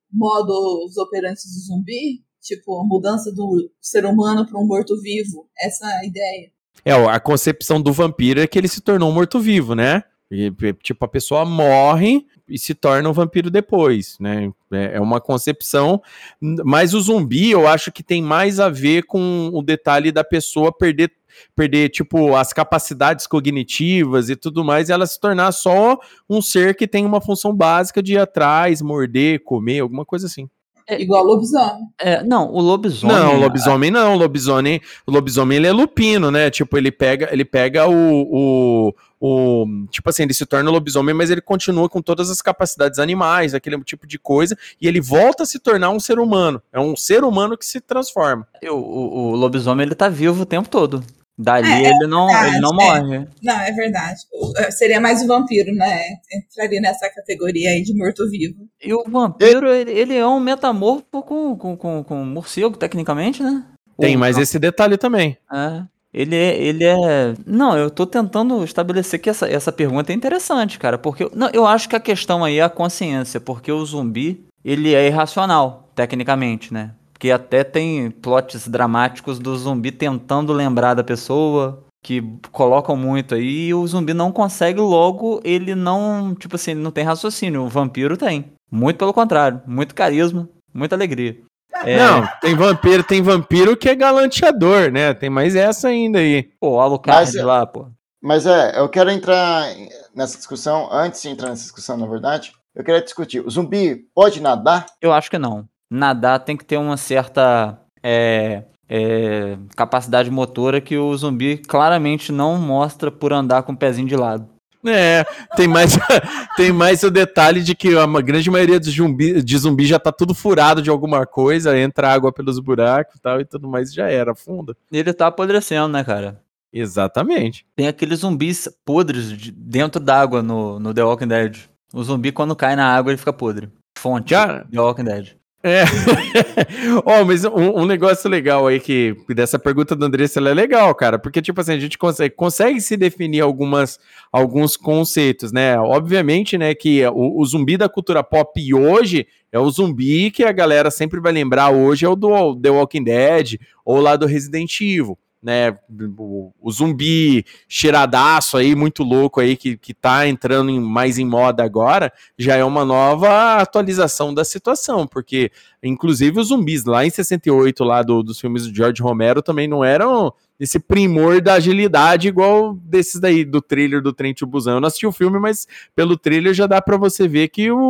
modus operandi do zumbi? Tipo, a mudança do ser humano para um morto-vivo? Essa é a ideia.
É, a concepção do vampiro é que ele se tornou um morto-vivo, né? E, tipo, a pessoa morre e se torna um vampiro depois, né? É uma concepção, mas o zumbi eu acho que tem mais a ver com o detalhe da pessoa perder, perder tipo, as capacidades cognitivas e tudo mais, e ela se tornar só um ser que tem uma função básica de ir atrás, morder, comer, alguma coisa assim.
É, igual lobisomem.
É, não, o lobisomem...
Não, o lobisomem não, o lobisomem, o lobisomem ele é lupino, né? Tipo, ele pega, ele pega o, o, o... Tipo assim, ele se torna lobisomem, mas ele continua com todas as capacidades animais, aquele tipo de coisa, e ele volta a se tornar um ser humano. É um ser humano que se transforma.
O, o, o lobisomem, ele tá vivo o tempo todo. Dali
É,
ele, não,
verdade,
ele não
é.
morre.
Não, é verdade. Seria mais o vampiro, né? Entraria nessa categoria aí de morto-vivo.
E o vampiro, ele, ele é um metamorfo com, com, com, com morcego, tecnicamente, né?
Tem
Ou
mais
não?
esse detalhe também.
É. Ele é, ele é... Não, eu tô tentando estabelecer que essa, essa pergunta é interessante, cara, porque... Não, eu acho que a questão aí é a consciência, porque o zumbi, ele é irracional, tecnicamente, né? Porque até tem plots dramáticos do zumbi tentando lembrar da pessoa, que colocam muito aí, e o zumbi não consegue, logo ele não, tipo assim, ele não tem raciocínio. O vampiro tem. Muito pelo contrário, muito carisma, muita alegria. É...
Não, tem vampiro, tem vampiro que é galanteador, né? Tem mais essa ainda aí.
Pô, Alucard
Mas,
lá, pô.
Mas é, eu quero entrar nessa discussão, antes de entrar nessa discussão, na verdade, eu queria discutir, o zumbi pode nadar?
Eu acho que não. Nadar tem que ter uma certa é, é, capacidade motora que o zumbi claramente não mostra por andar com o pezinho de lado.
É, tem mais, tem mais o detalhe de que a grande maioria dos zumbi, de zumbi já tá tudo furado de alguma coisa, entra água pelos buracos e tal, e tudo mais, já era, afunda.
Ele tá apodrecendo, né, cara?
Exatamente.
Tem aqueles zumbis podres de, dentro d'água no, no The Walking Dead. O zumbi, quando cai na água, ele fica podre. Fonte,
Cara,
The Walking Dead.
É. Oh, mas um, um negócio legal aí que dessa pergunta da Andressa, ela é legal, cara, porque tipo assim, a gente consegue, consegue se definir algumas, alguns conceitos, né? Obviamente, né, que o, o zumbi da cultura pop hoje é o zumbi que a galera sempre vai lembrar hoje, é o do The Walking Dead ou lá do Resident Evil, né? O, o zumbi cheiradaço aí, muito louco aí, que, que tá entrando em, mais em moda agora, já é uma nova atualização da situação, porque inclusive os zumbis lá em sessenta e oito, lá do, dos filmes do George Romero, também não eram esse primor da agilidade igual desses daí, do trailer do Trem to Busan. Eu não assisti o filme, mas pelo trailer já dá pra você ver que o...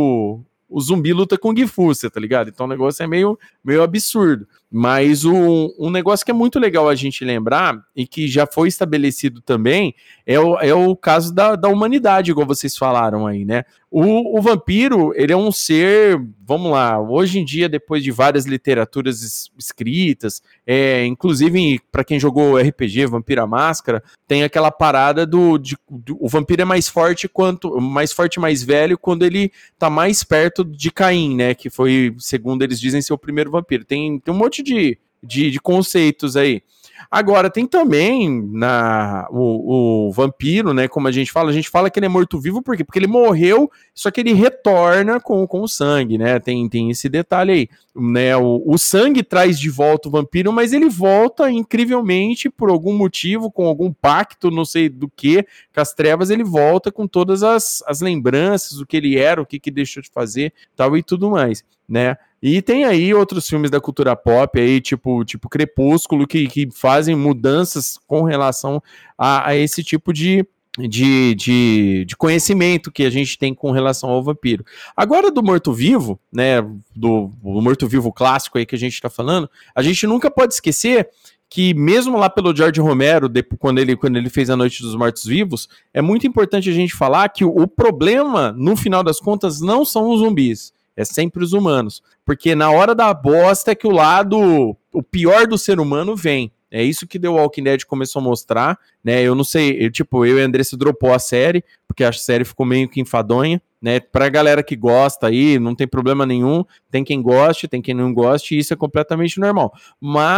o o zumbi luta com Gifu, tá ligado? Então o negócio é meio, meio absurdo. Mas um, um negócio que é muito legal a gente lembrar, e que já foi estabelecido também, é o, é o caso da, da humanidade, igual vocês falaram aí, né? O, o vampiro, ele é um ser, vamos lá, hoje em dia, depois de várias literaturas es, escritas, é, inclusive para quem jogou R P G, Vampiro à Máscara, tem aquela parada do, de, do... O vampiro é mais forte quanto mais forte, mais velho, quando ele tá mais perto de Caim, né? Que foi, segundo eles dizem, ser o primeiro vampiro. Tem, tem um monte de, de, de conceitos aí. Agora, tem também na, o, o vampiro, né, como a gente fala, a gente fala que ele é morto-vivo, por quê? Porque ele morreu, só que ele retorna com, com o sangue, né, tem, tem esse detalhe aí, né, o, o sangue traz de volta o vampiro, mas ele volta incrivelmente por algum motivo, com algum pacto, não sei do que, com as trevas, ele volta com todas as, as lembranças, do que ele era, o que que deixou de fazer, tal e tudo mais, né. E tem aí outros filmes da cultura pop, aí, tipo, tipo Crepúsculo, que, que fazem mudanças com relação a, a esse tipo de, de, de, de conhecimento que a gente tem com relação ao vampiro. Agora, do morto-vivo, né, do, do morto-vivo clássico aí que a gente tá falando, a gente nunca pode esquecer que mesmo lá pelo George Romero, depois, quando, ele, quando ele fez A Noite dos Mortos-Vivos, é muito importante a gente falar que o, o problema, no final das contas, não são os zumbis. É sempre os humanos. Porque na hora da bosta é que o lado, o pior do ser humano vem. É isso que The Walking Dead começou a mostrar, né? Eu não sei, eu, tipo, eu e a Andressa dropou a série, porque a série ficou meio que enfadonha, né? Pra galera que gosta aí, não tem problema nenhum. Tem quem goste, tem quem não goste, e isso é completamente normal. Mas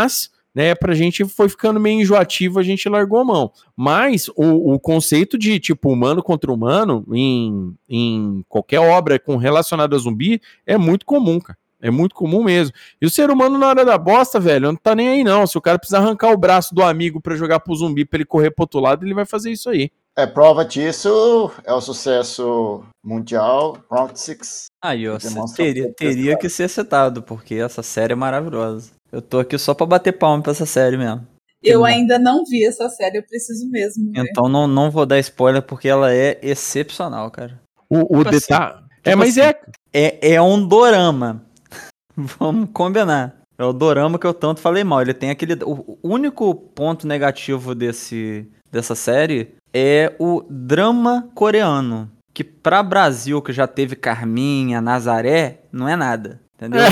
né, pra gente foi ficando meio enjoativo, a gente largou a mão. Mas o, o conceito de, tipo, humano contra humano em, em qualquer obra com relacionada a zumbi é muito comum, cara. É muito comum mesmo. E o ser humano na hora da bosta, velho, não tá nem aí não. Se o cara precisar arrancar o braço do amigo pra jogar pro zumbi pra ele correr pro outro lado, ele vai fazer isso aí.
É, prova disso é o sucesso mundial, Round Six.
Aí, ó, teria, teria que ser citado, porque essa série é maravilhosa. Eu tô aqui só pra bater palma pra essa série mesmo.
Eu ainda não vi essa série, eu preciso mesmo ver.
Então não, não vou dar spoiler, porque ela é excepcional, cara.
O, o
tipo
detalhe...
Assim,
é,
tipo
mas
assim,
é...
é... É um dorama. Vamos combinar. É o dorama que eu tanto falei mal. Ele tem aquele... O único ponto negativo desse, dessa série é o drama coreano. Que pra Brasil, que já teve Carminha, Nazaré, não é nada. Entendeu?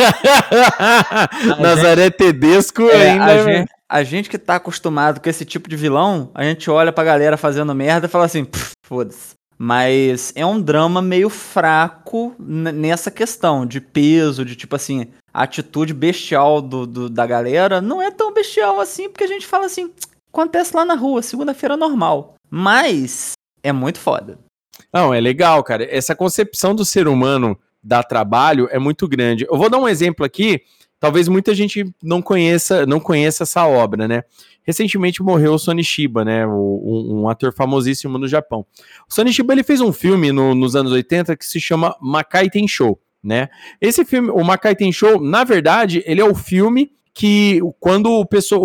Nazaré gente, Tedesco
é,
ainda...
A gente, a gente que tá acostumado com esse tipo de vilão, a gente olha pra galera fazendo merda e fala assim, foda-se. Mas é um drama meio fraco nessa questão de peso, de tipo assim, a atitude bestial do, do, da galera não é tão bestial assim, porque a gente fala assim, acontece lá na rua, segunda-feira normal. Mas é muito foda.
Não, é legal, cara. Essa concepção do ser humano dar trabalho é muito grande. Eu vou dar um exemplo aqui, talvez muita gente não conheça, não conheça essa obra, né? Recentemente morreu o Sonny Chiba, né, um, um ator famosíssimo no Japão. O Sonny Chiba, ele fez um filme no, nos anos oitenta que se chama Makai Tenshou, né? Esse filme, o Makai Tenshou, na verdade, ele é o filme que quando o, pessoal,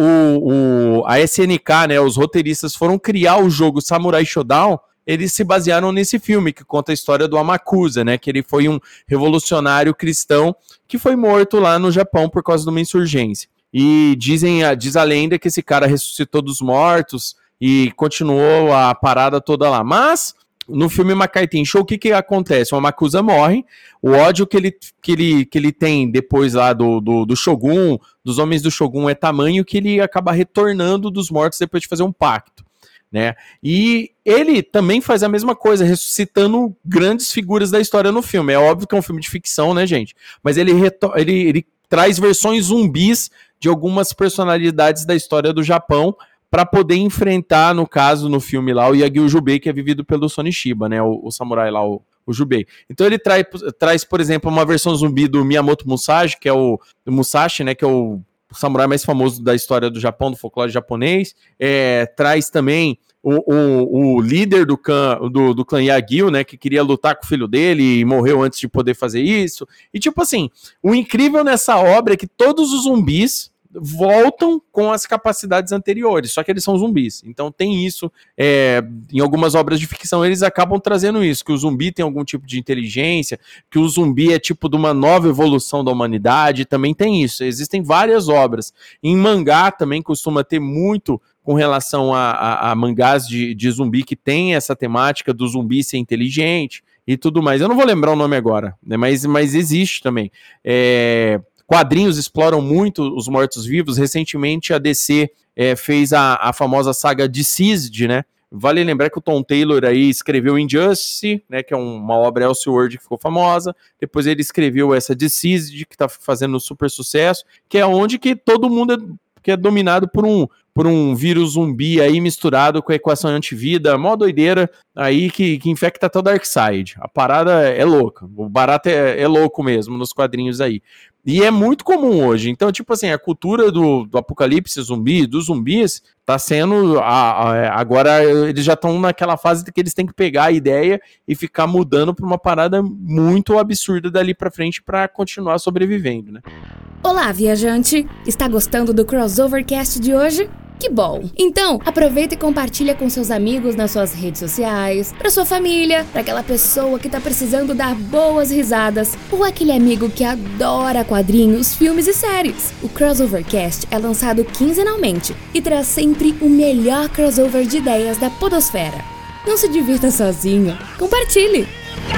o, o, a S N K, né, os roteiristas foram criar o jogo Samurai Shodown, eles se basearam nesse filme, que conta a história do Amakusa, né, que ele foi um revolucionário cristão que foi morto lá no Japão por causa de uma insurgência. E dizem, diz a lenda que esse cara ressuscitou dos mortos e continuou a parada toda lá. Mas, no filme Makai Tenshou, o que que acontece? O Amakusa morre, o ódio que ele, que ele, que ele tem depois lá do, do, do Shogun, dos homens do Shogun, é tamanho que ele acaba retornando dos mortos depois de fazer um pacto, né? E ele também faz a mesma coisa, ressuscitando grandes figuras da história no filme. É óbvio que é um filme de ficção, né, gente? Mas ele, ele, ele traz versões zumbis de algumas personalidades da história do Japão para poder enfrentar, no caso, no filme lá, o Yagyu Jubei, que é vivido pelo Sonny Chiba, né, o, o samurai lá, o, o Jubei. Então ele trai, traz, por exemplo, uma versão zumbi do Miyamoto Musashi, que é o, o Musashi, né, que é o, o samurai mais famoso da história do Japão, do folclore japonês. É, traz também o, o, o líder do clã, do, do clã Yagyu, né, que queria lutar com o filho dele e morreu antes de poder fazer isso. E tipo assim, o incrível nessa obra é que todos os zumbis voltam com as capacidades anteriores, só que eles são zumbis. Então tem isso, é, em algumas obras de ficção eles acabam trazendo isso, que o zumbi tem algum tipo de inteligência, que o zumbi é tipo de uma nova evolução da humanidade, também tem isso. Existem várias obras. Em mangá também costuma ter muito com relação a, a, a mangás de, de zumbi que tem essa temática do zumbi ser inteligente e tudo mais. Eu não vou lembrar o nome agora, né, mas, mas existe também. É... Quadrinhos exploram muito os mortos-vivos. Recentemente a D C é, fez a, a famosa saga Deceased, né? Vale lembrar que o Tom Taylor aí escreveu Injustice, né, que é uma obra Elseworld que ficou famosa. Depois ele escreveu essa Deceased, que tá fazendo super sucesso, que é onde que todo mundo é, que é dominado por um, por um vírus zumbi aí misturado com a equação antivida, mó doideira aí que, que infecta até o Darkseid. A parada é louca, o barato é, é louco mesmo nos quadrinhos aí. E é muito comum hoje. Então, tipo assim, a cultura do, do apocalipse zumbi, dos zumbis, tá sendo... A, a, agora eles já estão naquela fase de que eles têm que pegar a ideia e ficar mudando pra uma parada muito absurda dali pra frente pra continuar sobrevivendo, né?
Olá, viajante! Está gostando do Crossovercast de hoje? Que bom! Então, aproveita e compartilha com seus amigos nas suas redes sociais, pra sua família, pra aquela pessoa que tá precisando dar boas risadas, ou aquele amigo que adora quadrinhos, filmes e séries. O Crossovercast é lançado quinzenalmente e traz sempre o melhor crossover de ideias da podosfera. Não se divirta sozinho, compartilhe!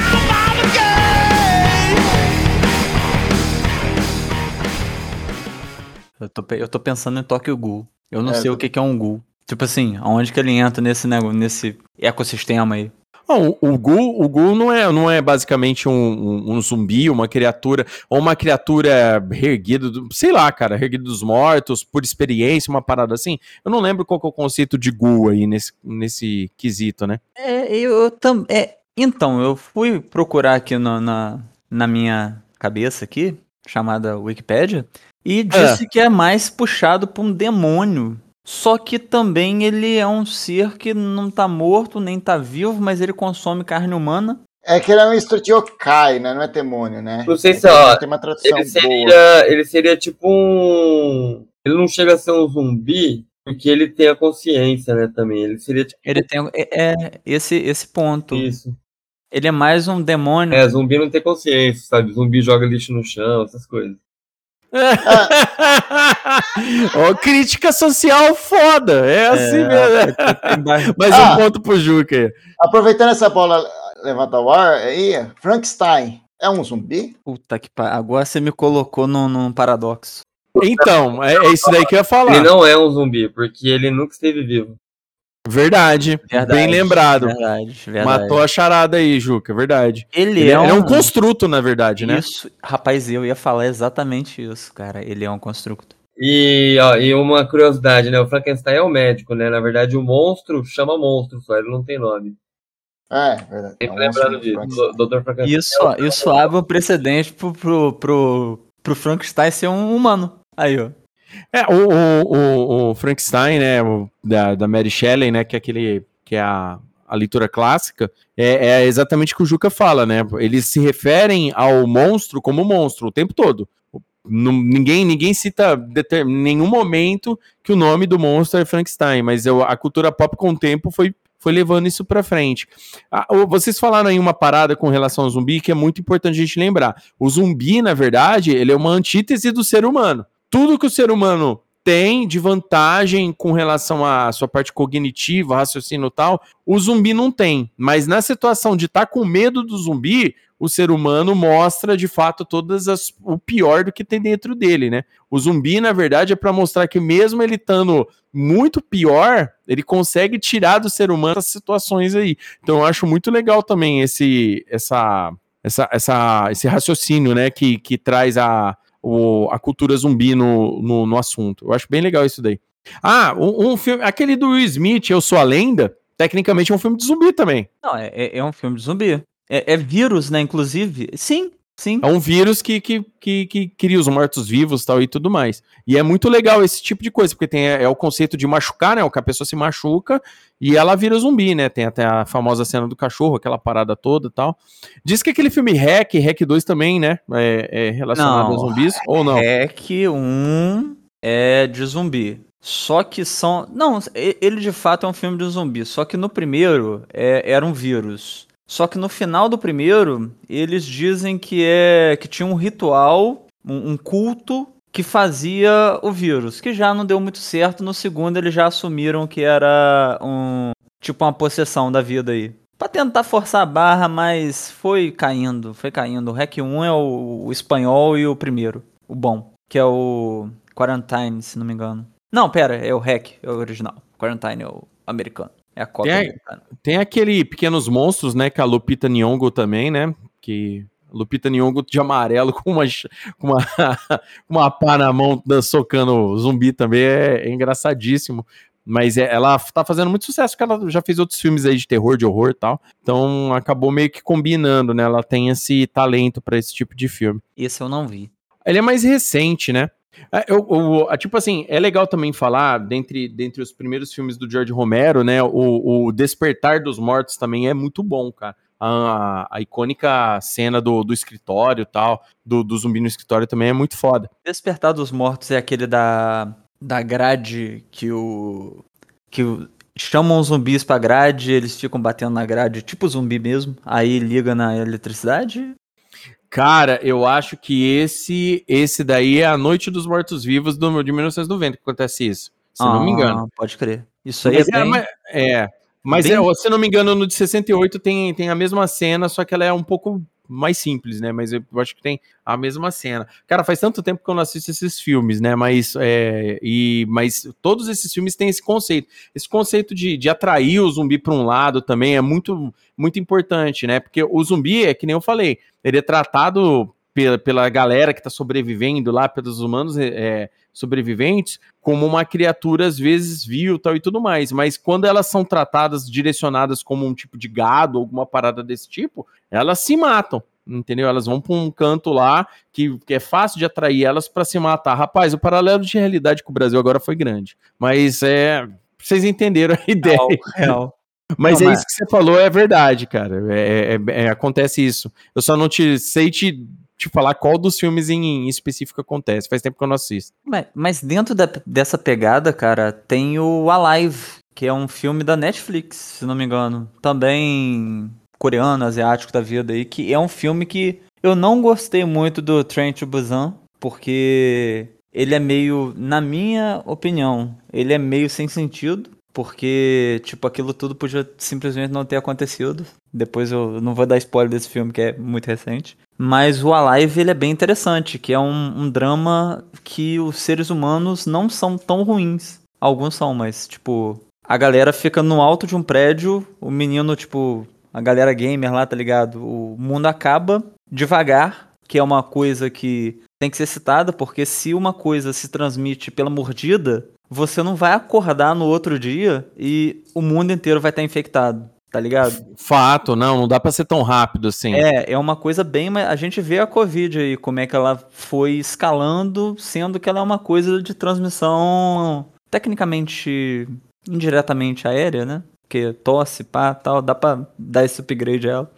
Eu tô, eu tô pensando em Tokyo Ghoul. Eu não é, sei tô... o que, que é um Ghoul. Tipo assim, aonde que ele entra nesse, nesse ecossistema aí?
Não, o Ghoul, o Ghoul não, é, não é basicamente um, um, um zumbi, uma criatura, ou uma criatura reerguida, do, sei lá, cara, reerguida dos mortos, por experiência, uma parada assim. Eu não lembro qual que é o conceito de Ghoul aí nesse, nesse quesito, né?
É, eu também. É, então, eu fui procurar aqui no, na, na minha cabeça aqui, chamada Wikipédia, e disse
É.
que é mais puxado pra um demônio. Só que também ele é um ser que não tá morto, nem tá vivo, mas ele consome carne humana.
É que ele é um misto de yokai, né? Não é demônio, né?
Não sei
É
se,
que
ó,
tem uma tradução
ele
boa.
seria, ele seria tipo um... Ele não chega a ser um zumbi, porque ele tem a consciência, né, também. Ele seria tipo...
Ele tem é, é esse, esse ponto.
Isso.
Ele é mais um demônio.
É, zumbi não tem consciência, sabe? Zumbi joga lixo no chão, essas coisas.
Ó, crítica social foda, é assim
É,
mesmo. Mais
Ah.
um ponto pro Juca aí.
Aproveitando essa bola levanta ao ar, aí, Frankenstein é um zumbi?
Puta que pariu. Agora você me colocou num, num paradoxo.
Então, é, é isso daí que eu ia falar.
Ele não é um zumbi, porque ele nunca esteve vivo.
Verdade,
Verdade,
bem lembrado.
Verdade, verdade.
Matou a charada aí, Juca, verdade.
Ele,
Ele,
é,
é,
um...
ele é um construto, na verdade, né?
Isso, rapaz, eu ia falar exatamente isso, cara. Ele é um construto.
E, ó, e uma curiosidade, né? O Frankenstein é o médico, né? Na verdade, o monstro chama monstro só, ele não tem nome.
É, verdade. É um
Sempre lembrando
monstro,
disso.
Frankenstein.
O doutor Frankenstein.
Isso, ó, isso abre um precedente pro, pro, pro, pro Frankenstein ser um humano. Aí, ó.
É, o, o, o, o Frankenstein, né, o, da, da Mary Shelley, né, que é aquele, que é a, a leitura clássica, é, é exatamente o que o Juca fala, né, eles se referem ao monstro como monstro o tempo todo. Não, ninguém, ninguém cita em nenhum momento que o nome do monstro é Frankenstein, mas eu, a cultura pop com o tempo foi, foi levando isso pra frente. Ah, vocês falaram aí uma parada com relação ao zumbi que é muito importante a gente lembrar. O zumbi, na verdade, ele é uma antítese do ser humano. Tudo que o ser humano tem de vantagem com relação à sua parte cognitiva, raciocínio e tal, o zumbi não tem. Mas na situação de estar com medo do zumbi, o ser humano mostra, de fato, todas as, o pior do que tem dentro dele, né? O zumbi, na verdade, é para mostrar que mesmo ele estando muito pior, ele consegue tirar do ser humano essas situações aí. Então eu acho muito legal também esse, essa, essa, essa, esse raciocínio, né, que, que traz a... O, a cultura zumbi no, no, no assunto. Eu acho bem legal isso daí. Ah, um, um filme, aquele do Will Smith, Eu Sou a Lenda, tecnicamente é um filme de zumbi também.
Não, é, é, é um filme de zumbi. É, é vírus, né, inclusive? Sim, sim.
É um vírus que, que, que, que cria os mortos-vivos tal, e tudo mais. E é muito legal esse tipo de coisa, porque tem, é, é o conceito de machucar, né? O que a pessoa se machuca e ela vira zumbi, né? Tem até a famosa cena do cachorro, aquela parada toda e tal. Diz que aquele filme Hack, Hack dois também, né? É, é relacionado
Não,
a zumbis, ou não?
Hack um é de zumbi. Só que são... Não, ele de fato é um filme de zumbi. Só que no primeiro é, era um vírus. Só que no final do primeiro, eles dizem que é que tinha um ritual, um, um culto que fazia o vírus, que já não deu muito certo. No segundo, eles já assumiram que era um tipo uma possessão da vida aí. Pra tentar forçar a barra, mas foi caindo, foi caindo. O Hack um é o, o espanhol e o primeiro, o bom, que é o Quarantine, se não me engano. Não, pera, é o Hack, é o original. Quarantine é o americano. É a cópia
Tem,
americana.
tem aquele Pequenos Monstros, né? Que a Lupita Nyong'o também, né? Que Lupita Nyong'o de amarelo com uma, com uma, uma pá na mão socando zumbi também é, é engraçadíssimo. Mas é, ela tá fazendo muito sucesso, porque ela já fez outros filmes aí de terror, de horror e tal. Então acabou meio que combinando, né? Ela tem esse talento pra esse tipo de filme.
Esse eu não vi.
Ele é mais recente, né? Eu, eu, tipo assim, é legal também falar, dentre, dentre os primeiros filmes do George Romero, né, o, o Despertar dos Mortos também é muito bom, cara. A, a icônica cena do, do escritório e tal, do, do zumbi no escritório também é muito foda.
Despertar dos Mortos é aquele da, da grade que o... que o, chamam os zumbis pra grade, eles ficam batendo na grade, tipo zumbi mesmo, aí liga na eletricidade...
Cara, eu acho que esse esse daí é A Noite dos Mortos-Vivos de mil novecentos e noventa que acontece isso, se ah, não me engano.
Pode crer. Isso aí
mas
é, é bem...
Mas, é, mas
bem...
é, se não me engano, no de sessenta e oito tem, tem a mesma cena, só que ela é um pouco mais simples, né? Mas eu acho que tem a mesma cena. Cara, faz tanto tempo que eu não assisto esses filmes, né? Mas, é, e, mas todos esses filmes têm esse conceito. Esse conceito de, de atrair o zumbi para um lado também é muito, muito importante, né? Porque o zumbi, é que nem eu falei, ele é tratado pela, pela galera que tá sobrevivendo lá, pelos humanos é, sobreviventes, como uma criatura, às vezes, vil tal, e tudo mais. Mas quando elas são tratadas, direcionadas como um tipo de gado, alguma parada desse tipo, elas se matam, entendeu? Elas vão para um canto lá que, que é fácil de atrair elas para se matar. Rapaz, o paralelo de realidade com o Brasil agora foi grande. Mas é... Vocês entenderam a ideia.
Real, real.
Mas
Não,
é
mas...
isso que você falou, é verdade, cara. É, é, é, acontece isso. Eu só não te sei te... te falar qual dos filmes em, em específico acontece. Faz tempo que eu não assisto.
Mas, mas dentro da, dessa pegada, cara, tem o Alive, que é um filme da Netflix, se não me engano. Também coreano, asiático da vida aí, que é um filme que eu não gostei muito do Train to Busan, porque ele é meio, na minha opinião, ele é meio sem sentido. Porque, tipo, aquilo tudo podia simplesmente não ter acontecido. Depois eu não vou dar spoiler desse filme, que é muito recente. Mas o Alive, ele é bem interessante, que é um, um drama que os seres humanos não são tão ruins. Alguns são, mas, tipo, a galera fica no alto de um prédio, o menino, tipo, a galera gamer lá, tá ligado? O mundo acaba devagar, que é uma coisa que tem que ser citada, porque se uma coisa se transmite pela mordida, você não vai acordar no outro dia e o mundo inteiro vai estar infectado, tá ligado?
Fato, não, não dá pra ser tão rápido assim.
É, é uma coisa bem... A gente vê a Covid aí, como é que ela foi escalando, sendo que ela é uma coisa de transmissão tecnicamente, indiretamente aérea, né? Porque tosse, pá, tal, dá pra dar esse upgrade a ela.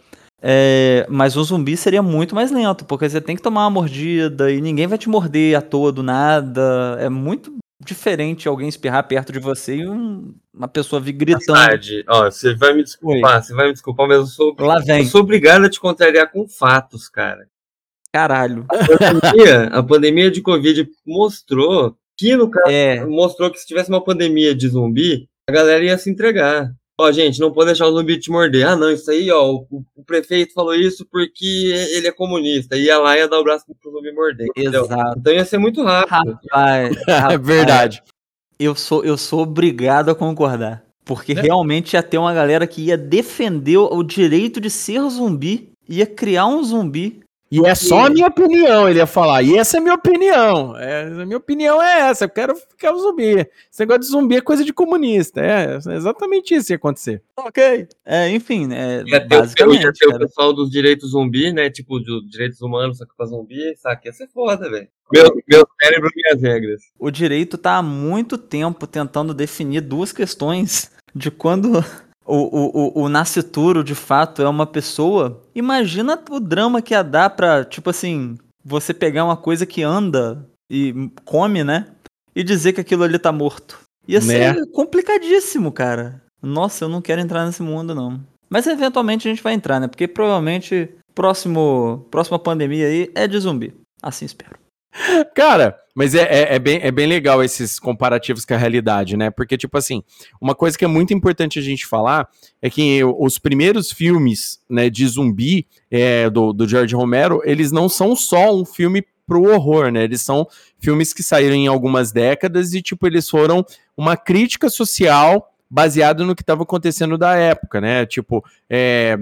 É, mas o zumbi seria muito mais lento, porque você tem que tomar uma mordida e ninguém vai te morder a todo, nada. É muito diferente alguém espirrar perto de você e um, uma pessoa vir gritando.
Verdade. Ó, você vai me desculpar, Oi. Você vai me desculpar, mas eu sou,
Lá vem.
eu sou obrigado a te contrariar com fatos, cara.
Caralho.
A pandemia, a pandemia de Covid mostrou que, no caso, é. mostrou que se tivesse uma pandemia de zumbi, a galera ia se entregar. Ó, gente, não pode deixar o zumbi te morder. Ah, não, isso aí, ó, o, o prefeito falou isso porque ele é comunista. Ia lá e ia dar o braço pro zumbi morder. Entendeu?
Exato.
Então ia ser muito rápido.
Rapaz, rapaz,
é verdade.
Eu sou, eu sou obrigado a concordar. Porque é. realmente ia ter uma galera que ia defender o direito de ser zumbi, ia criar um zumbi.
E é só a minha opinião, ele ia falar. E essa é a minha opinião. É, a minha opinião é essa. Eu quero ficar um zumbi. Esse negócio de zumbi é coisa de comunista. É, é exatamente isso que ia acontecer.
Ok. É, enfim, é,
ia ter, basicamente. Ia ter o pessoal dos direitos zumbi, né? Tipo, dos direitos humanos, só que pra zumbi, sabe? Ia ser foda, velho. Meu, meu cérebro, minhas regras.
O direito tá há muito tempo tentando definir duas questões de quando... O, o, o, o nascituro, de fato, é uma pessoa. Imagina o drama que ia dar pra, tipo assim, você pegar uma coisa que anda e come, né? E dizer que aquilo ali tá morto. Ia ser né? complicadíssimo, cara. Nossa, eu não quero entrar nesse mundo, não. Mas eventualmente a gente vai entrar, né? Porque provavelmente próximo, próxima pandemia aí é de zumbi. Assim espero.
Cara, mas é, é, é, bem, é bem legal esses comparativos com a realidade, né? Porque, tipo assim, uma coisa que é muito importante a gente falar é que os primeiros filmes, né, de zumbi é, do, do George Romero, eles não são só um filme pro horror, né? Eles são filmes que saíram em algumas décadas e, tipo, eles foram uma crítica social baseado no que estava acontecendo da época, né? Tipo, é,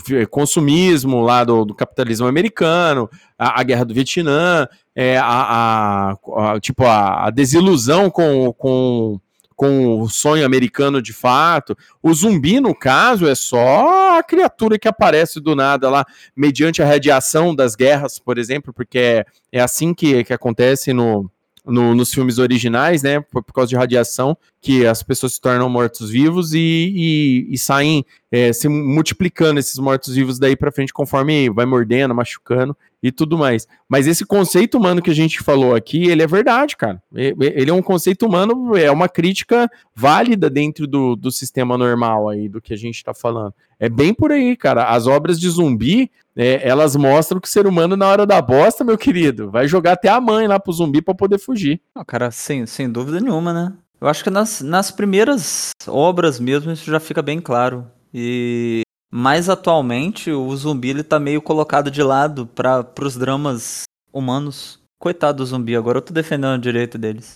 consumismo lá do, do capitalismo americano, a, a guerra do Vietnã, é, a, a, a, tipo, a, a desilusão com, com, com o sonho americano de fato. O zumbi, no caso, é só a criatura que aparece do nada lá, mediante a radiação das guerras, por exemplo, porque é, é assim que, que acontece no... No, nos filmes originais, né, por, por causa de radiação, que as pessoas se tornam mortos-vivos e, e, e saem é, se multiplicando esses mortos-vivos daí pra frente, conforme vai mordendo, machucando e tudo mais. Mas esse conceito humano que a gente falou aqui, ele é verdade, cara. Ele é um conceito humano, é uma crítica válida dentro do, do sistema normal aí, do que a gente tá falando. É bem por aí, cara. As obras de zumbi, é, elas mostram que o ser humano, na hora da bosta, meu querido, vai jogar até a mãe lá pro zumbi pra poder fugir.
Não, cara, sem, sem dúvida nenhuma, né? Eu acho que nas, nas primeiras obras mesmo isso já fica bem claro. E Mas atualmente o zumbi ele tá meio colocado de lado para pros dramas humanos. Coitado do zumbi, agora eu tô defendendo o direito deles.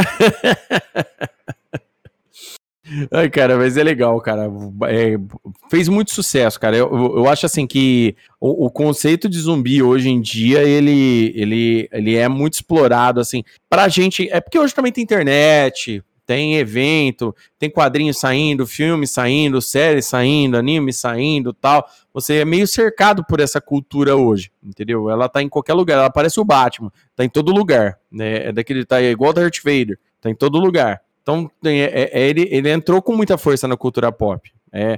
Ai, cara, mas é legal, cara. É, fez muito sucesso, cara. Eu, eu, eu acho assim que o, o conceito de zumbi hoje em dia, ele, ele, ele é muito explorado, assim, pra gente. É porque hoje também tem internet, tem evento, tem quadrinhos saindo, filmes saindo, séries saindo, anime saindo, tal. Você é meio cercado por essa cultura hoje, entendeu? Ela tá em qualquer lugar, ela parece o Batman, tá em todo lugar, né? É daquele, tá igual o Darth Vader, tá em todo lugar. Então, é, é, ele, ele entrou com muita força na cultura pop. É,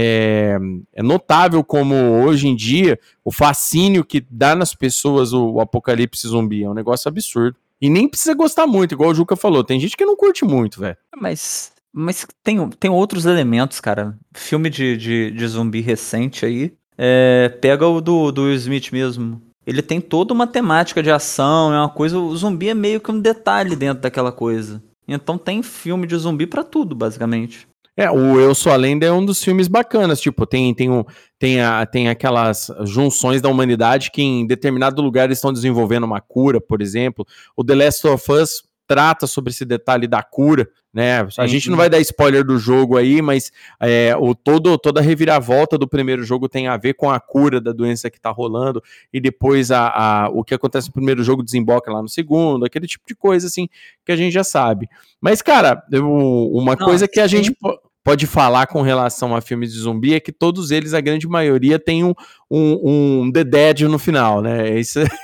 é, é notável como, hoje em dia, o fascínio que dá nas pessoas o, o apocalipse zumbi é um negócio absurdo. E nem precisa gostar muito, igual o Juca falou. Tem gente que não curte muito, velho.
Mas, mas tem, tem outros elementos, cara. Filme de, de, de zumbi recente aí. É, pega o do, do Will Smith mesmo. Ele tem toda uma temática de ação, é uma coisa... O zumbi é meio que um detalhe dentro daquela coisa. Então tem filme de zumbi pra tudo, basicamente.
É, o Eu Sou a Lenda é um dos filmes bacanas, tipo, tem, tem, um, tem, a, tem aquelas junções da humanidade que em determinado lugar estão desenvolvendo uma cura, por exemplo. O The Last of Us trata sobre esse detalhe da cura, né? A
Sim,
gente
sim.
não vai dar spoiler do jogo aí, mas é, o, todo, toda a reviravolta do primeiro jogo tem a ver com a cura da doença que tá rolando, e depois a, a, o que acontece no primeiro jogo desemboca lá no segundo, aquele tipo de coisa, assim, que a gente já sabe. Mas, cara, eu, uma
Não,
coisa que a
sim.
gente po- pode falar com relação a filmes de zumbi é que todos eles, a grande maioria, tem um, um, um The Dead no final, né? Isso é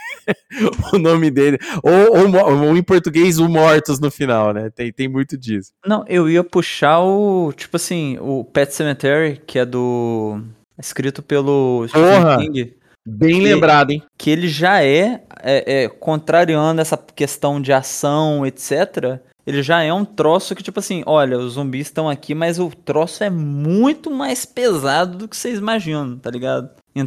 o nome dele. Ou, ou, mo- ou em português, o Mortos no final, né? Tem, tem muito disso.
Não, eu ia puxar o... Tipo assim, o Pet Sematary, que é do... Escrito pelo
Porra!
Stephen King.
Bem
que-
lembrado, hein?
Que ele já é, é, é, contrariando essa questão de ação, etcétera. Ele já é um troço que, tipo assim, olha, os zumbis estão aqui, mas o troço é muito mais pesado do que vocês imaginam, tá ligado?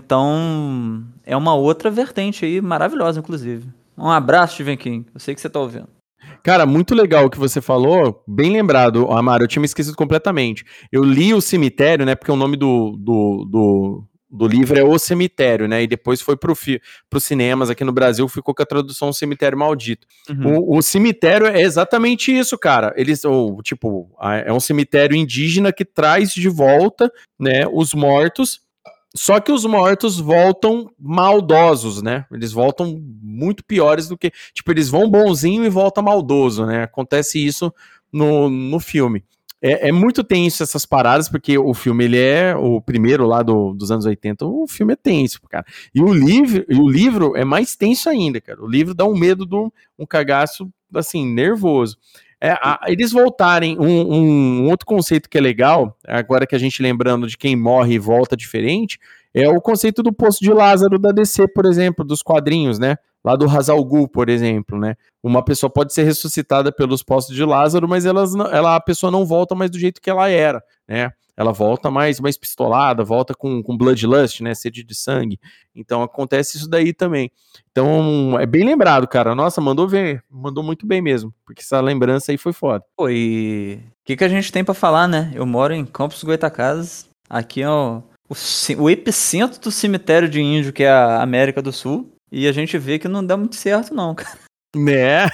Então, é uma outra vertente aí, maravilhosa, inclusive. Um abraço, Stephen King. Eu sei que você tá ouvindo.
Cara, muito legal o que você falou, bem lembrado, Amaro, eu tinha me esquecido completamente. Eu li O Cemitério, né, porque o nome do, do, do, do livro é O Cemitério, né, e depois foi pro, fi, pro cinemas aqui no Brasil, ficou com a tradução Cemitério Maldito.
Uhum.
O, o cemitério é exatamente isso, cara. Eles, ou, tipo, a- é um cemitério indígena que traz de volta, né, os mortos. Só que os mortos voltam maldosos, né? Eles voltam muito piores do que... Tipo, eles vão bonzinho e voltam maldoso, né? Acontece isso no, no filme. É, é muito tenso essas paradas, porque o filme, ele é o primeiro lá do, dos anos oitenta, o filme é tenso, cara. E o livro, e o livro é mais tenso ainda, cara. O livro dá um medo de um, um cagaço, assim, nervoso. É, a, eles voltarem, um, um, um outro conceito que é legal, agora que a gente lembrando de quem morre e volta diferente, é o conceito do Poço de Lázaro da D C, por exemplo, dos quadrinhos, né? Lá do Ra's al Ghul, por exemplo, né? Uma pessoa pode ser ressuscitada pelos Poços de Lázaro, mas elas, não- ela, a pessoa não volta mais do jeito que ela era, né? Ela volta mais, mais pistolada, volta com, com bloodlust, né? Sede de sangue. Então acontece isso daí também. Então é bem lembrado, cara. Ci- mandou ver, mandou muito bem mesmo, porque essa lembrança aí foi foda.
Pô, e o que, que a gente tem pra falar, né? Eu moro em Campos Goytacazes. Aqui é o, o, ci- o epicentro do cemitério de índio, que é a América do Sul. E a gente vê que não dá muito certo, não, cara.
Né?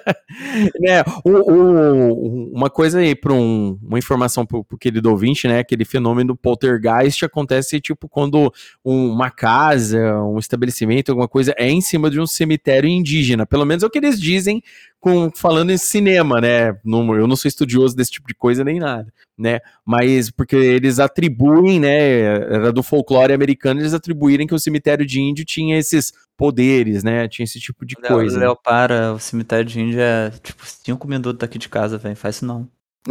né? O, o- uma coisa aí, para um, uma informação pro, pro querido ouvinte, né? Aquele fenômeno poltergeist acontece tipo quando um- uma casa, um estabelecimento, alguma coisa é em cima de um cemitério indígena. Pelo menos é o que eles dizem com, falando em cinema, né? Não- eu não sou estudioso desse tipo de coisa nem nada, né? Mas porque eles atribuem, né? Era do folclore americano, eles atribuírem que o cemitério de índio tinha esses poderes, né? Tinha esse tipo de
Léo,
coisa.
Léo, para, o cemitério de índio é tipo cinco minutos daqui de casa, velho. Faz isso não.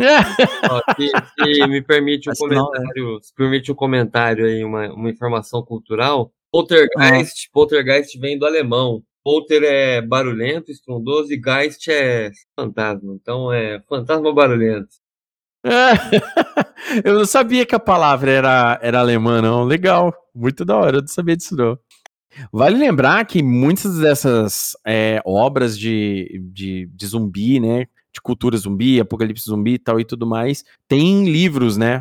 Ó, se, se me permite um
Faz isso não,
comentário, se permite um comentário aí, uma, uma informação cultural. Poltergeist, poltergeist vem do alemão. Polter é barulhento, estrondoso, e Geist é fantasma. Então é fantasma barulhento.
Eu não sabia que a palavra era, era alemã, não. Legal, muito da hora, eu não sabia disso, não. Vale lembrar que muitas dessas é, obras de, de, de zumbi, né, de cultura zumbi, apocalipse zumbi e tal e tudo mais, tem livros, né?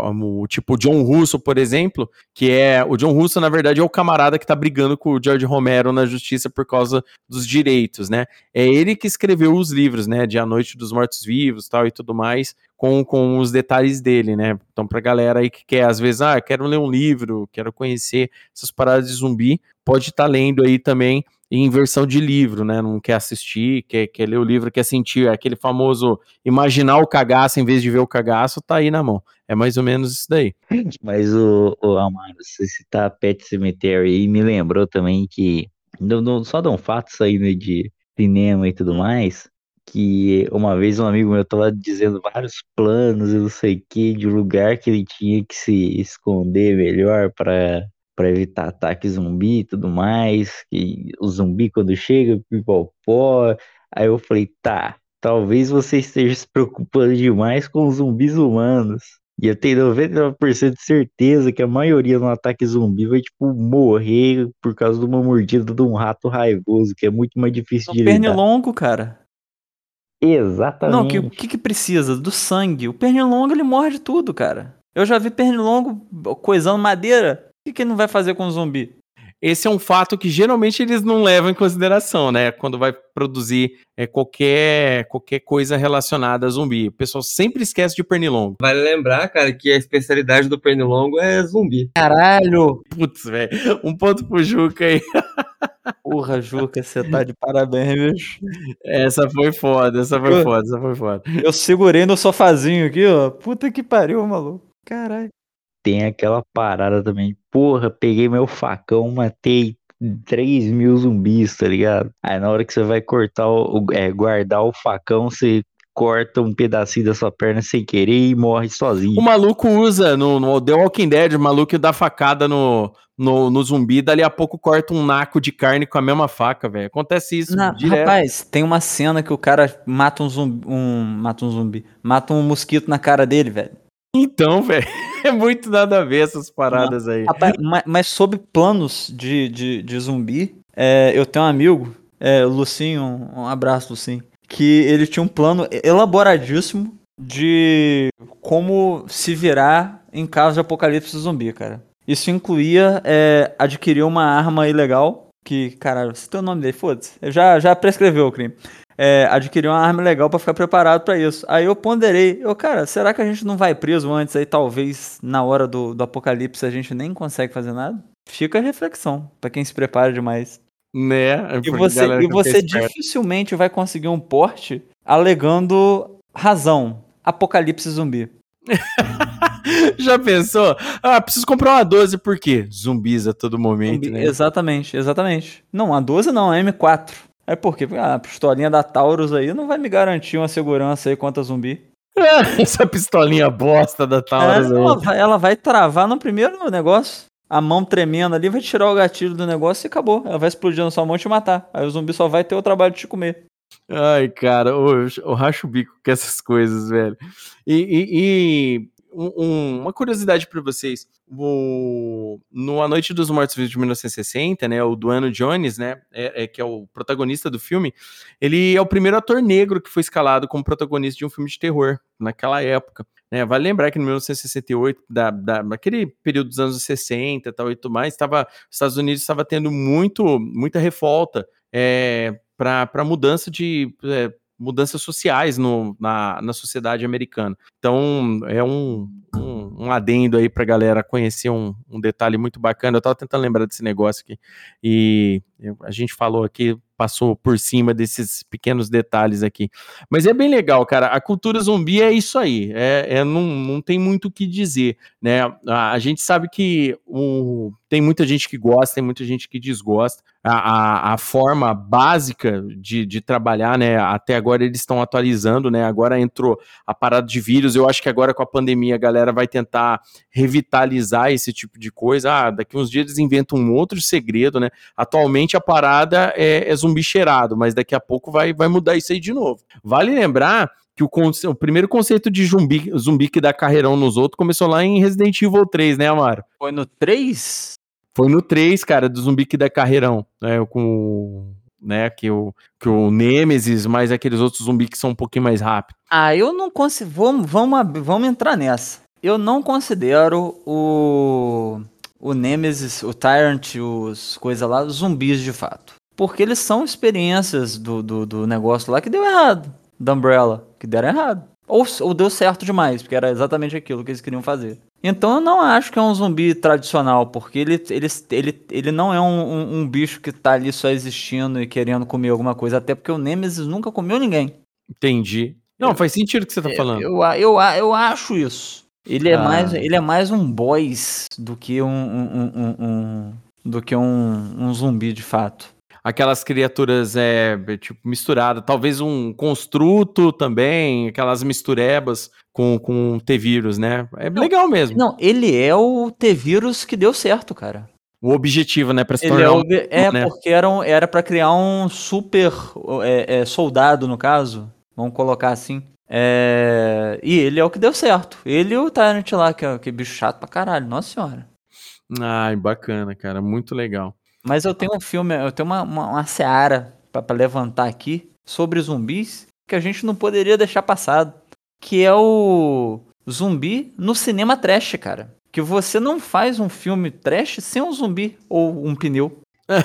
O tipo John Russo, por exemplo, que é... O John Russo, na verdade, é o camarada que tá brigando com o George Romero na justiça por causa dos direitos, né? É ele que escreveu os livros, né? De A Noite dos Mortos-Vivos, tal e tudo mais, com, com os detalhes dele, né? Então, pra galera aí que quer, às vezes, ah, quero ler um livro, quero conhecer essas paradas de zumbi, pode estar tá lendo aí também em versão de livro, né? Não quer assistir, quer, quer ler o livro, quer sentir aquele famoso imaginar o cagaço em vez de ver o cagaço, tá aí na mão. É mais ou menos isso daí.
Mas o, o Amaro, você citar Pet Sematary aí, me lembrou também que, não, não, só dá um fato saindo de cinema e tudo mais, que uma vez um amigo meu tava dizendo vários planos e não sei o que, de um lugar que ele tinha que se esconder melhor para para evitar ataque zumbi e tudo mais, que o zumbi quando chega, pipopó. Aí eu falei, tá, talvez você esteja se preocupando demais com os zumbis humanos. E eu tenho noventa e nove por cento de certeza que a maioria no ataque zumbi vai, tipo, morrer por causa de uma mordida de um rato raivoso, que é muito mais difícil
O
de lidar.
pernilongo, cara.
Exatamente.
Não, o que, que, que precisa? Do sangue. O pernilongo, ele morde tudo, cara. Eu já vi pernilongo coisando madeira. O que, que ele não vai fazer com o zumbi?
Esse é um fato que geralmente eles não levam em consideração, né? Quando vai produzir é, qualquer, qualquer coisa relacionada a zumbi. O pessoal sempre esquece de pernilongo.
Vale lembrar, cara, que a especialidade do pernilongo é zumbi.
Caralho!
Putz, velho. Um ponto pro Juca aí.
Porra, Juca, você tá de parabéns, bicho.
Essa foi foda, essa foi
eu,
foda, essa foi foda.
Eu segurei no sofazinho aqui, ó. Puta que pariu, maluco. Caralho.
Tem aquela parada também. Porra, peguei meu facão, matei três mil zumbis, tá ligado? Aí na hora que você vai cortar, o, é, guardar o facão, você corta um pedacinho da sua perna sem querer e morre sozinho.
O maluco usa, no, no The Walking Dead, o maluco dá facada no, no, no zumbi, dali a pouco corta um naco de carne com a mesma faca, velho. Acontece isso
Não,
direto.
Rapaz, tem uma cena que o cara mata um zumbi, um, mata um zumbi, mata um mosquito na cara dele, velho.
Então, velho, é muito nada a ver essas paradas aí.
Rapaz, mas, mas sobre planos de, de, de zumbi, é, eu tenho um amigo, é, o Lucinho, um, um abraço, Lucinho, que ele tinha um plano elaboradíssimo de como se virar em caso de apocalipse zumbi, cara. Isso incluía é, adquirir uma arma ilegal, que, caralho, você tem o nome dele, foda-se, já, já prescreveu o crime. É, adquirir uma arma legal pra ficar preparado pra isso. Aí eu ponderei, eu, cara, será que a gente não vai preso antes aí, talvez na hora do, do apocalipse a gente nem consegue fazer nada? Fica a reflexão, pra quem se prepara demais.
Né?
E você, e você dificilmente vai conseguir um porte alegando razão, apocalipse zumbi.
Já pensou? Ah, preciso comprar uma doze, por quê? Zumbis a todo momento,
Zumbi,
né?
Exatamente, exatamente. Não, a doze não, a M quatro. É porque a pistolinha da Taurus aí não vai me garantir uma segurança aí contra zumbi.
Essa pistolinha bosta da Taurus
é,
aí.
Ela vai, ela vai travar no primeiro negócio. A mão tremendo ali vai tirar o gatilho do negócio e acabou. Ela vai explodir na sua mão e te matar. Aí o zumbi só vai ter o trabalho de te comer.
Ai, cara, eu, eu racho o bico com essas coisas, velho. E, e, e um, uma curiosidade pra vocês. O, no A Noite dos Mortos-Vivos de mil novecentos e sessenta, né, o Duane Jones, né, é, é, que é o protagonista do filme, ele é o primeiro ator negro que foi escalado como protagonista de um filme de terror naquela época. Né, vale lembrar que em mil novecentos e sessenta e oito, da, da, naquele período dos anos sessenta e tal e tudo mais, tava, os Estados Unidos estava tendo muito, muita revolta é, para mudança de... É, mudanças sociais no, na, na sociedade americana. Então, é um, um, um adendo aí pra galera conhecer um, um detalhe muito bacana. Eu tava tentando lembrar desse negócio aqui, e a gente falou aqui, passou por cima desses pequenos detalhes aqui. Mas é bem legal, cara. A cultura zumbi é isso aí. É, é, não, não tem muito o que dizer, né? A, a gente sabe que o, tem muita gente que gosta, tem muita gente que desgosta. A, a, a forma básica de, de trabalhar, né? Até agora eles estão atualizando, né? Agora entrou a parada de vírus. Eu acho que agora com a pandemia a galera vai tentar revitalizar esse tipo de coisa. Ah, daqui uns dias eles inventam um outro segredo, né? Atualmente a parada é, é zumbi cheirado, mas daqui a pouco vai, vai mudar isso aí de novo. Vale lembrar que o, conce... o primeiro conceito de zumbi, zumbi que dá carreirão nos outros começou lá em Resident Evil três, né, Amaro?
Foi no três?
Foi no três, cara, do zumbi que dá carreirão, né, com né, que o, que o Nemesis, mais aqueles outros zumbis que são um pouquinho mais rápidos.
Ah, eu não consigo. Vamos, vamos, ab- vamos entrar nessa. Eu não considero o, o Nemesis, o Tyrant, os coisas lá, zumbis de fato. Porque eles são experiências do, do, do negócio lá que deu errado. Da Umbrella, que deram errado. Ou, ou deu certo demais, porque era exatamente aquilo que eles queriam fazer. Então eu não acho que é um zumbi tradicional, porque ele, ele, ele, ele não é um, um, um bicho que tá ali só existindo e querendo comer alguma coisa, até porque o Nemesis nunca comeu ninguém.
Entendi. Não,
Eu-
faz sentido o que você tá
Eu,
falando.
eu, a- eu, a- eu acho isso. Ele é,
Ah.
mais, ele é mais um boss do que um, um, um, um- um- do que um, um zumbi de fato.
Aquelas criaturas, é, tipo, misturadas. Talvez um construto também, aquelas misturebas com, com T-vírus, né? É legal mesmo.
Não, ele é o T-vírus que deu certo, cara.
O objetivo, né? Pra se
Ele é,
tornar
o,
um,
é
né?
porque era, um- era pra criar um super é, é, soldado, no caso. Vamos colocar assim. É, e ele é o que deu certo. Ele e o Tyrant lá, que é que é bicho chato pra caralho. Nossa senhora.
Ai, bacana, cara. Muito legal.
Mas eu tenho um filme, eu tenho uma, uma, uma seara pra, pra levantar aqui sobre zumbis que a gente não poderia deixar passado. Que é o zumbi no cinema trash, cara. Que você não faz um filme trash sem um zumbi ou um pneu.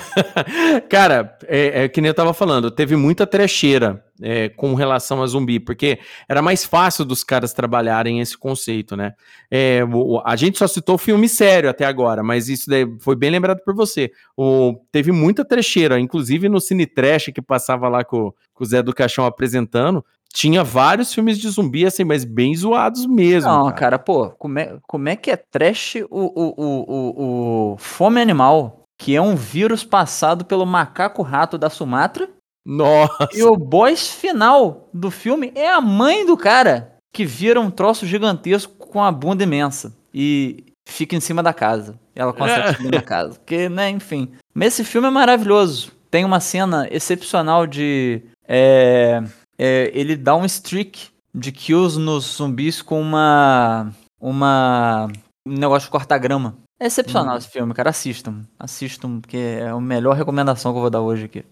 Cara, é, é que nem eu tava falando, teve muita trecheira é, com relação a zumbi, porque era mais fácil dos caras trabalharem esse conceito, né? É, o- a gente só citou filme sério até agora, mas isso daí foi bem lembrado por você. O, teve muita trecheira, inclusive no Cine Trash que passava lá com, com o Zé do Caixão apresentando, tinha vários filmes de zumbi, assim, mas bem zoados mesmo.
Não,
cara.
cara, pô, como é, como é que é trash o, o, o, o, o Fome Animal, que é um vírus passado pelo macaco-rato da Sumatra,
Nossa.
e o boss final do filme é a mãe do cara, que vira um troço gigantesco com a bunda imensa e fica em cima da casa. Ela consegue subir na casa. Porque, né, enfim. Mas esse filme é maravilhoso. Tem uma cena excepcional de... é, é, ele dá um streak de kills nos zumbis com uma... uma um negócio de cortar grama. É excepcional esse filme, cara. Assistam. Assistam, porque é a melhor recomendação que eu vou dar hoje aqui.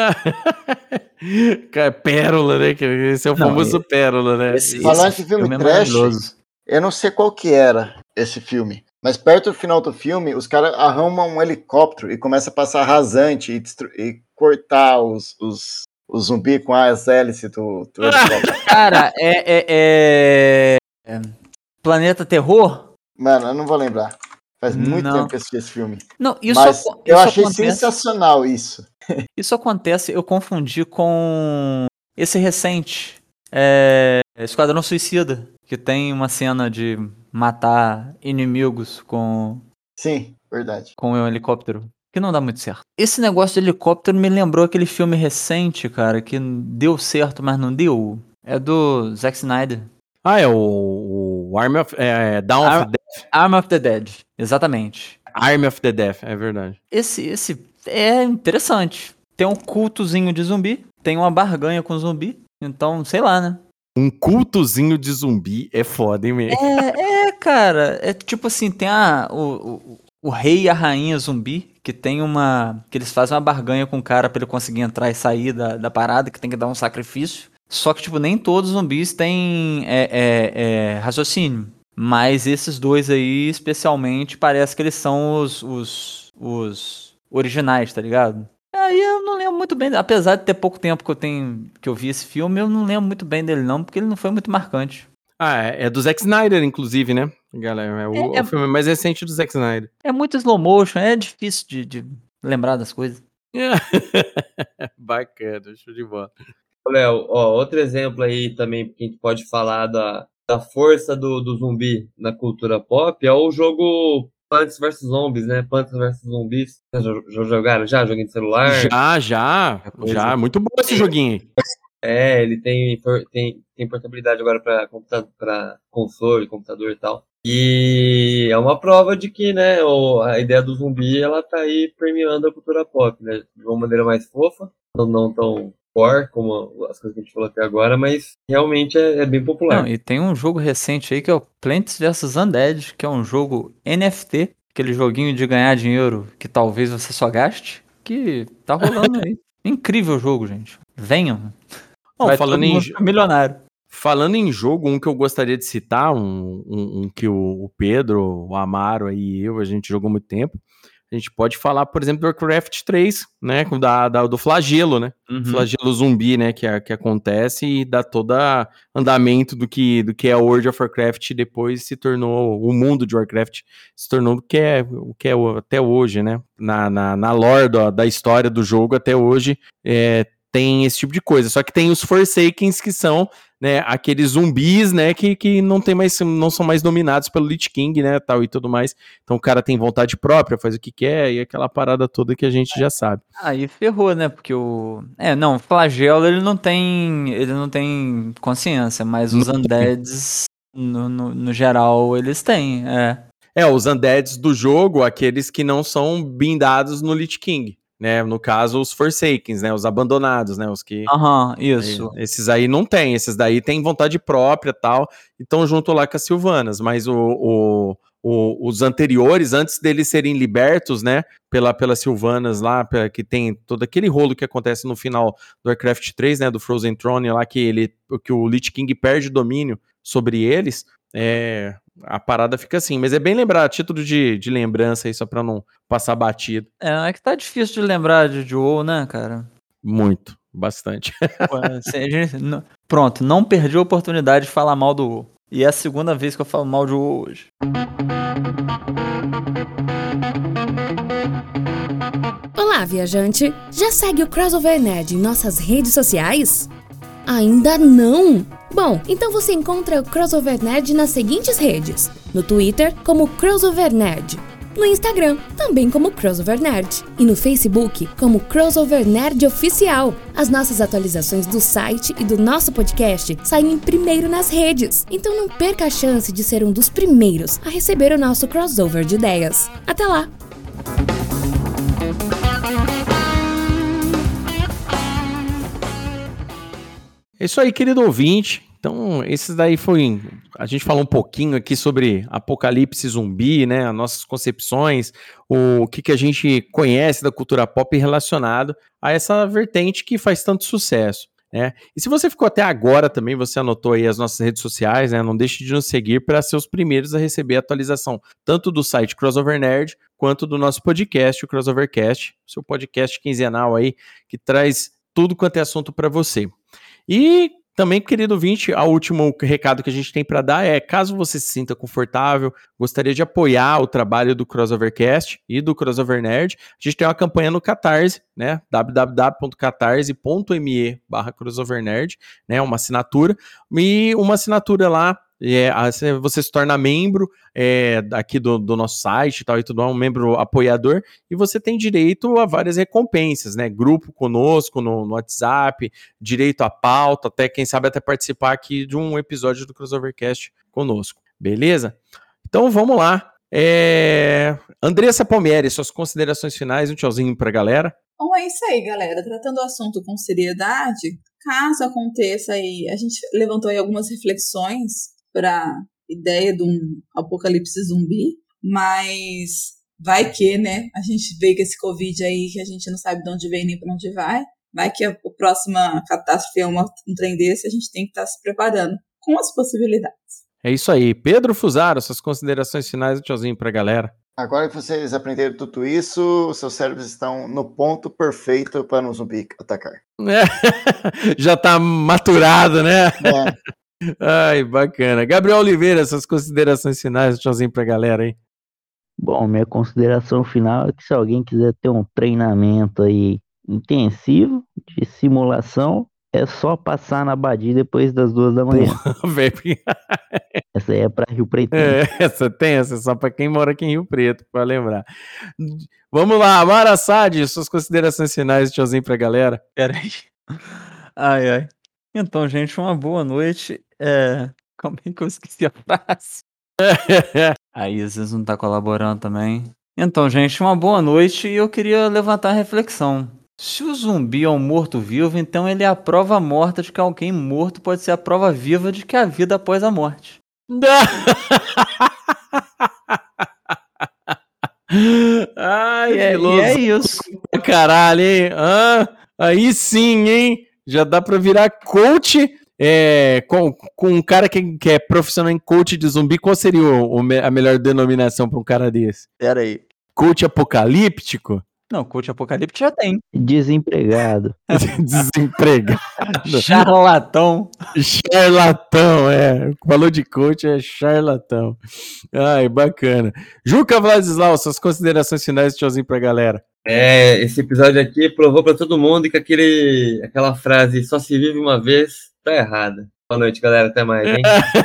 Cara, pérola, né? que Esse é o
Não,
famoso
e-
pérola, né?
esse-
Falando de filme
filme é
trash,
maravilhoso.
eu não sei qual que era esse filme, mas perto do final do filme, os caras arrumam um helicóptero e começam a passar rasante e, destru- e cortar os, os, os zumbis com as hélices do, do helicóptero.
Cara, é, é, é- é- Planeta Terror?
Mano, eu não vou lembrar. Faz muito
Não.
tempo que eu assisti esse filme.
Não, isso,
Mas
aco-
eu
isso
achei
acontece.
sensacional isso.
Isso acontece, eu confundi com esse recente, é, Esquadrão Suicida, que tem uma cena de matar inimigos com,
Sim, verdade.
com um helicóptero, que não dá muito certo. Esse negócio de helicóptero me lembrou aquele filme recente, cara, que deu certo, mas não deu. É do Zack Snyder.
Ah, é o, o Army of, é, Dawn
Ar-
of Death.
Arm of the Dead, exatamente.
Army of the Death, é verdade.
Esse, esse é interessante. Tem um cultozinho de zumbi, tem uma barganha com zumbi, então, sei lá, né?
Um cultozinho de zumbi é foda, hein, man?
É, é, cara, é tipo assim, tem a, o, o, o rei e a rainha zumbi, que tem uma, que eles fazem uma barganha com o cara pra ele conseguir entrar e sair da, da parada, que tem que dar um sacrifício. Só que, tipo, nem todos os zumbis têm é, é, é, raciocínio. Mas esses dois aí, especialmente, parece que eles são os, os, os originais, tá ligado? Aí eu não lembro muito bem, apesar de ter pouco tempo que eu tenho que eu vi esse filme, eu não lembro muito bem dele não, porque ele não foi muito marcante.
Ah, é, é do Zack Snyder, inclusive, né? Galera, é o,
É- é-
o filme mais recente do Zack Snyder.
É muito slow motion, é difícil de, de lembrar das coisas.
Bacana, show de bola.
Léo, ó, outro exemplo aí também que a gente pode falar da, da força do, do zumbi na cultura pop é o jogo Plants versus. Zombies, né? Plants versus. Zumbis. Já, já jogaram? Já? Joguinho de celular?
Já, já,
Coisa.
já. Muito bom esse joguinho aí.
É, ele tem, por- tem, tem portabilidade agora para para console, computador e tal. E é uma prova de que, né, o- a ideia do zumbi, ela tá aí permeando a cultura pop, né? De uma maneira mais fofa, não, não tão core como as coisas que a gente falou até agora, mas realmente é, é bem popular.
Não, e tem um jogo recente aí que é o Plants versus. Undead, que é um jogo N F T, aquele joguinho de ganhar dinheiro que talvez você só gaste, que tá rolando aí. Incrível jogo, gente. Venham.
Bom,
Vai
falando
todo
em
mundo
jo-
ficar milionário.
Falando em jogo, um que eu gostaria de citar, um, um- um que o, o Pedro, o Amaro aí e eu, a gente jogou muito tempo. A gente pode falar, por exemplo, do Warcraft três, né? Da, da- do flagelo, né?
Uhum.
Flagelo zumbi, né? Que, é- que acontece e dá todo andamento do que, do que é World of Warcraft e depois se tornou, o mundo de Warcraft se tornou o que é, o que é o- até hoje, né? Na, na, na lore do- da história do jogo até hoje, é, tem esse tipo de coisa. Só que tem os Forsakens, que são, né, aqueles zumbis, né, que, que não, tem mais, não são mais dominados pelo Lich King, né, tal e tudo mais. Então o cara tem vontade própria, faz o que quer, e aquela parada toda que a gente já sabe.
Aí ferrou, né? Porque o. É, não, o flagelo ele não tem. Ele não tem consciência, mas os undeads, no, no, no geral, eles têm. É.
É, os undeads do jogo, aqueles que não são bindados no Lich King, né, no caso os Forsakens, né, os abandonados, né, os que...
Aham, isso.
É, esses aí não tem, esses daí tem vontade própria e tal, e estão junto lá com as Sylvanas, mas o, o, o, os anteriores, antes deles serem libertos, né, pela, pelas Sylvanas lá, pela, que tem todo aquele rolo que acontece no final do Warcraft três, né, do Frozen Throne lá, que, ele, que o Lich King perde domínio sobre eles, é... a parada fica assim, mas é bem lembrar, título de, de lembrança aí, só pra não passar batido.
É, é que tá difícil de lembrar de Joe, né, cara?
Muito, bastante.
Ué, assim, a gente, n- pronto, não perdi a oportunidade de falar mal do WoW. E é a segunda vez que eu falo mal de WoW hoje.
Olá, viajante! Já segue o Crossover Nerd em nossas redes sociais? Ainda não? Bom, então você encontra o Crossover Nerd nas seguintes redes: no Twitter, como Crossover Nerd, no Instagram, também como Crossover Nerd, e no Facebook, como Crossover Nerd Oficial. As nossas atualizações do site e do nosso podcast saem primeiro nas redes, então não perca a chance de ser um dos primeiros a receber o nosso crossover de ideias. Até lá!
É isso aí, querido ouvinte. Então, esses daí foi... A gente falou um pouquinho aqui sobre apocalipse zumbi, né? As nossas concepções, o que, que a gente conhece da cultura pop relacionado a essa vertente que faz tanto sucesso, né? E se você ficou até agora também, você anotou aí as nossas redes sociais, né? Não deixe de nos seguir para ser os primeiros a receber a atualização tanto do site Crossover Nerd quanto do nosso podcast, o Crossovercast, seu podcast quinzenal aí que traz tudo quanto é assunto para você. E também, querido ouvinte, o último recado que a gente tem para dar é, caso você se sinta confortável, gostaria de apoiar o trabalho do Crossovercast e do Crossover Nerd, a gente tem uma campanha no Catarse, né, w w w ponto catarse ponto m e barra crossover nerd, né, uma assinatura, e uma assinatura lá, é, você se torna membro é, aqui do, do nosso site e tal, e tudo, um membro apoiador, e você tem direito a várias recompensas, né? Grupo conosco no, no WhatsApp, direito à pauta, até quem sabe até participar aqui de um episódio do Crossovercast conosco, beleza? Então vamos lá. É... Andressa Palmieri, suas considerações finais, um tchauzinho pra galera.
Bom, é isso aí, galera. Tratando o assunto com seriedade, caso aconteça aí, a gente levantou aí algumas reflexões para ideia de um apocalipse zumbi, mas vai que, né, a gente veio com esse Covid aí que a gente não sabe de onde vem nem para onde vai, vai que a, a próxima catástrofe é uma, um trem desse, a gente tem que estar tá se preparando com as possibilidades.
É isso aí. Pedro Fusaro, suas considerações finais, um tchauzinho pra galera.
Agora que vocês aprenderam tudo isso, seus cérebros estão no ponto perfeito para um zumbi atacar.
É, já tá maturado, né?
É.
Ai, bacana. Gabriel Oliveira, suas considerações finais, tchauzinho pra galera aí.
Bom, minha consideração final é que se alguém quiser ter um treinamento aí intensivo de simulação, é só passar na Badia depois das duas da manhã. Essa aí é pra Rio Preto.
É, essa tem, essa é só pra quem mora aqui em Rio Preto, pra lembrar. Vamos lá, Mara Sade, suas considerações finais, tchauzinho pra galera.
Peraí. Ai, ai. Então, gente, uma boa noite. É... Como é que eu esqueci a frase? A Isis não tá colaborando também. Então, gente, uma boa noite e eu queria levantar a reflexão. Se o zumbi é um morto-vivo, então ele é a prova morta de que alguém morto pode ser a prova viva de que há vida após a morte.
Ai,
e é, e é isso.
Caralho, hein? Ah, Aí sim, hein? Já dá pra virar coach é, com, com um cara que, que é profissional em coach de zumbi. Qual seria o, o, a melhor denominação pra um cara desse?
Pera aí.
Coach apocalíptico?
Não, coach apocalíptico já tem.
Desempregado.
Desempregado.
Charlatão.
Charlatão, é. Falou de coach, é charlatão. Ai, bacana. Juca Vladislau, suas considerações finais, tchauzinho pra galera.
É, esse episódio aqui provou pra todo mundo que aquele, aquela frase só se vive uma vez tá errada. Boa noite, galera. Até mais, hein?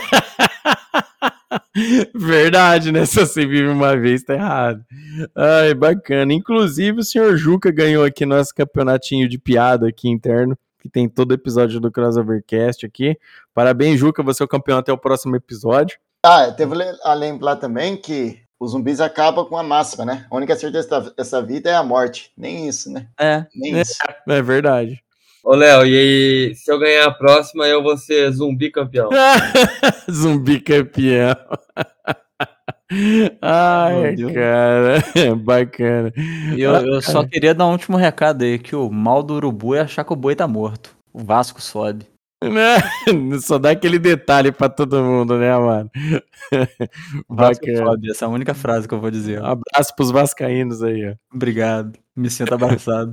Verdade, né? Se você vive uma vez, tá errado. Ai, bacana. Inclusive, o senhor Juca ganhou aqui nosso campeonatinho de piada aqui interno, que tem todo episódio do Crossovercast aqui. Parabéns, Juca, você é o campeão até o próximo episódio.
Ah, teve a lembrar também que os zumbis acabam com a máxima, né? A única certeza dessa vida é a morte. Nem isso, né?
É.
Nem isso.
É verdade.
Ô, Léo, e aí, se eu ganhar a próxima, eu vou ser zumbi campeão.
Zumbi campeão. Ai, cara, bacana.
E eu, eu só queria dar um último recado aí, que o mal do urubu é achar que o boi tá morto. O Vasco sobe.
Só dá aquele detalhe pra todo mundo, né, mano?
O Vasco sobe, essa é a única frase que eu vou dizer.
Um abraço pros vascaínos aí, ó.
Obrigado, me sinto abraçado.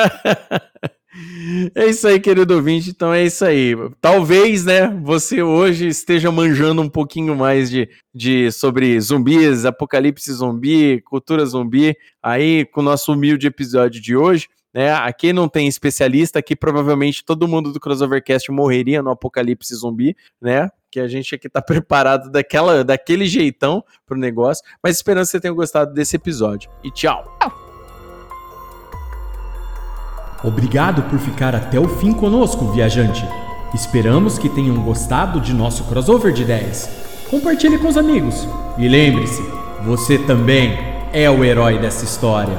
É isso aí, querido ouvinte, então é isso aí. Talvez, né, você hoje esteja manjando um pouquinho mais de, de sobre zumbis, apocalipse zumbi, cultura zumbi, aí com o nosso humilde episódio de hoje, né, aqui não tem especialista, aqui provavelmente todo mundo do Crossovercast morreria no apocalipse zumbi, né, que a gente aqui tá preparado daquela, daquele jeitão pro negócio, mas esperando que você tenha gostado desse episódio. E tchau!
Obrigado por ficar até o fim conosco, viajante. Esperamos que tenham gostado de nosso crossover de ideias. Compartilhe com os amigos. E lembre-se, você também é o herói dessa história.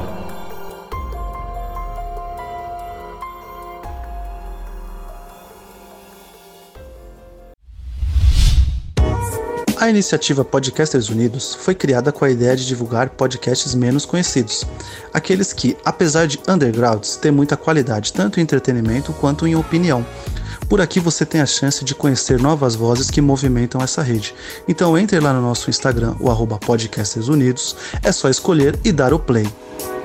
A iniciativa Podcasters Unidos foi criada com a ideia de divulgar podcasts menos conhecidos, aqueles que, apesar de undergrounds, têm muita qualidade tanto em entretenimento quanto em opinião. Por aqui você tem a chance de conhecer novas vozes que movimentam essa rede. Então entre lá no nosso Instagram, o arroba Podcasters Unidos, é só escolher e dar o play.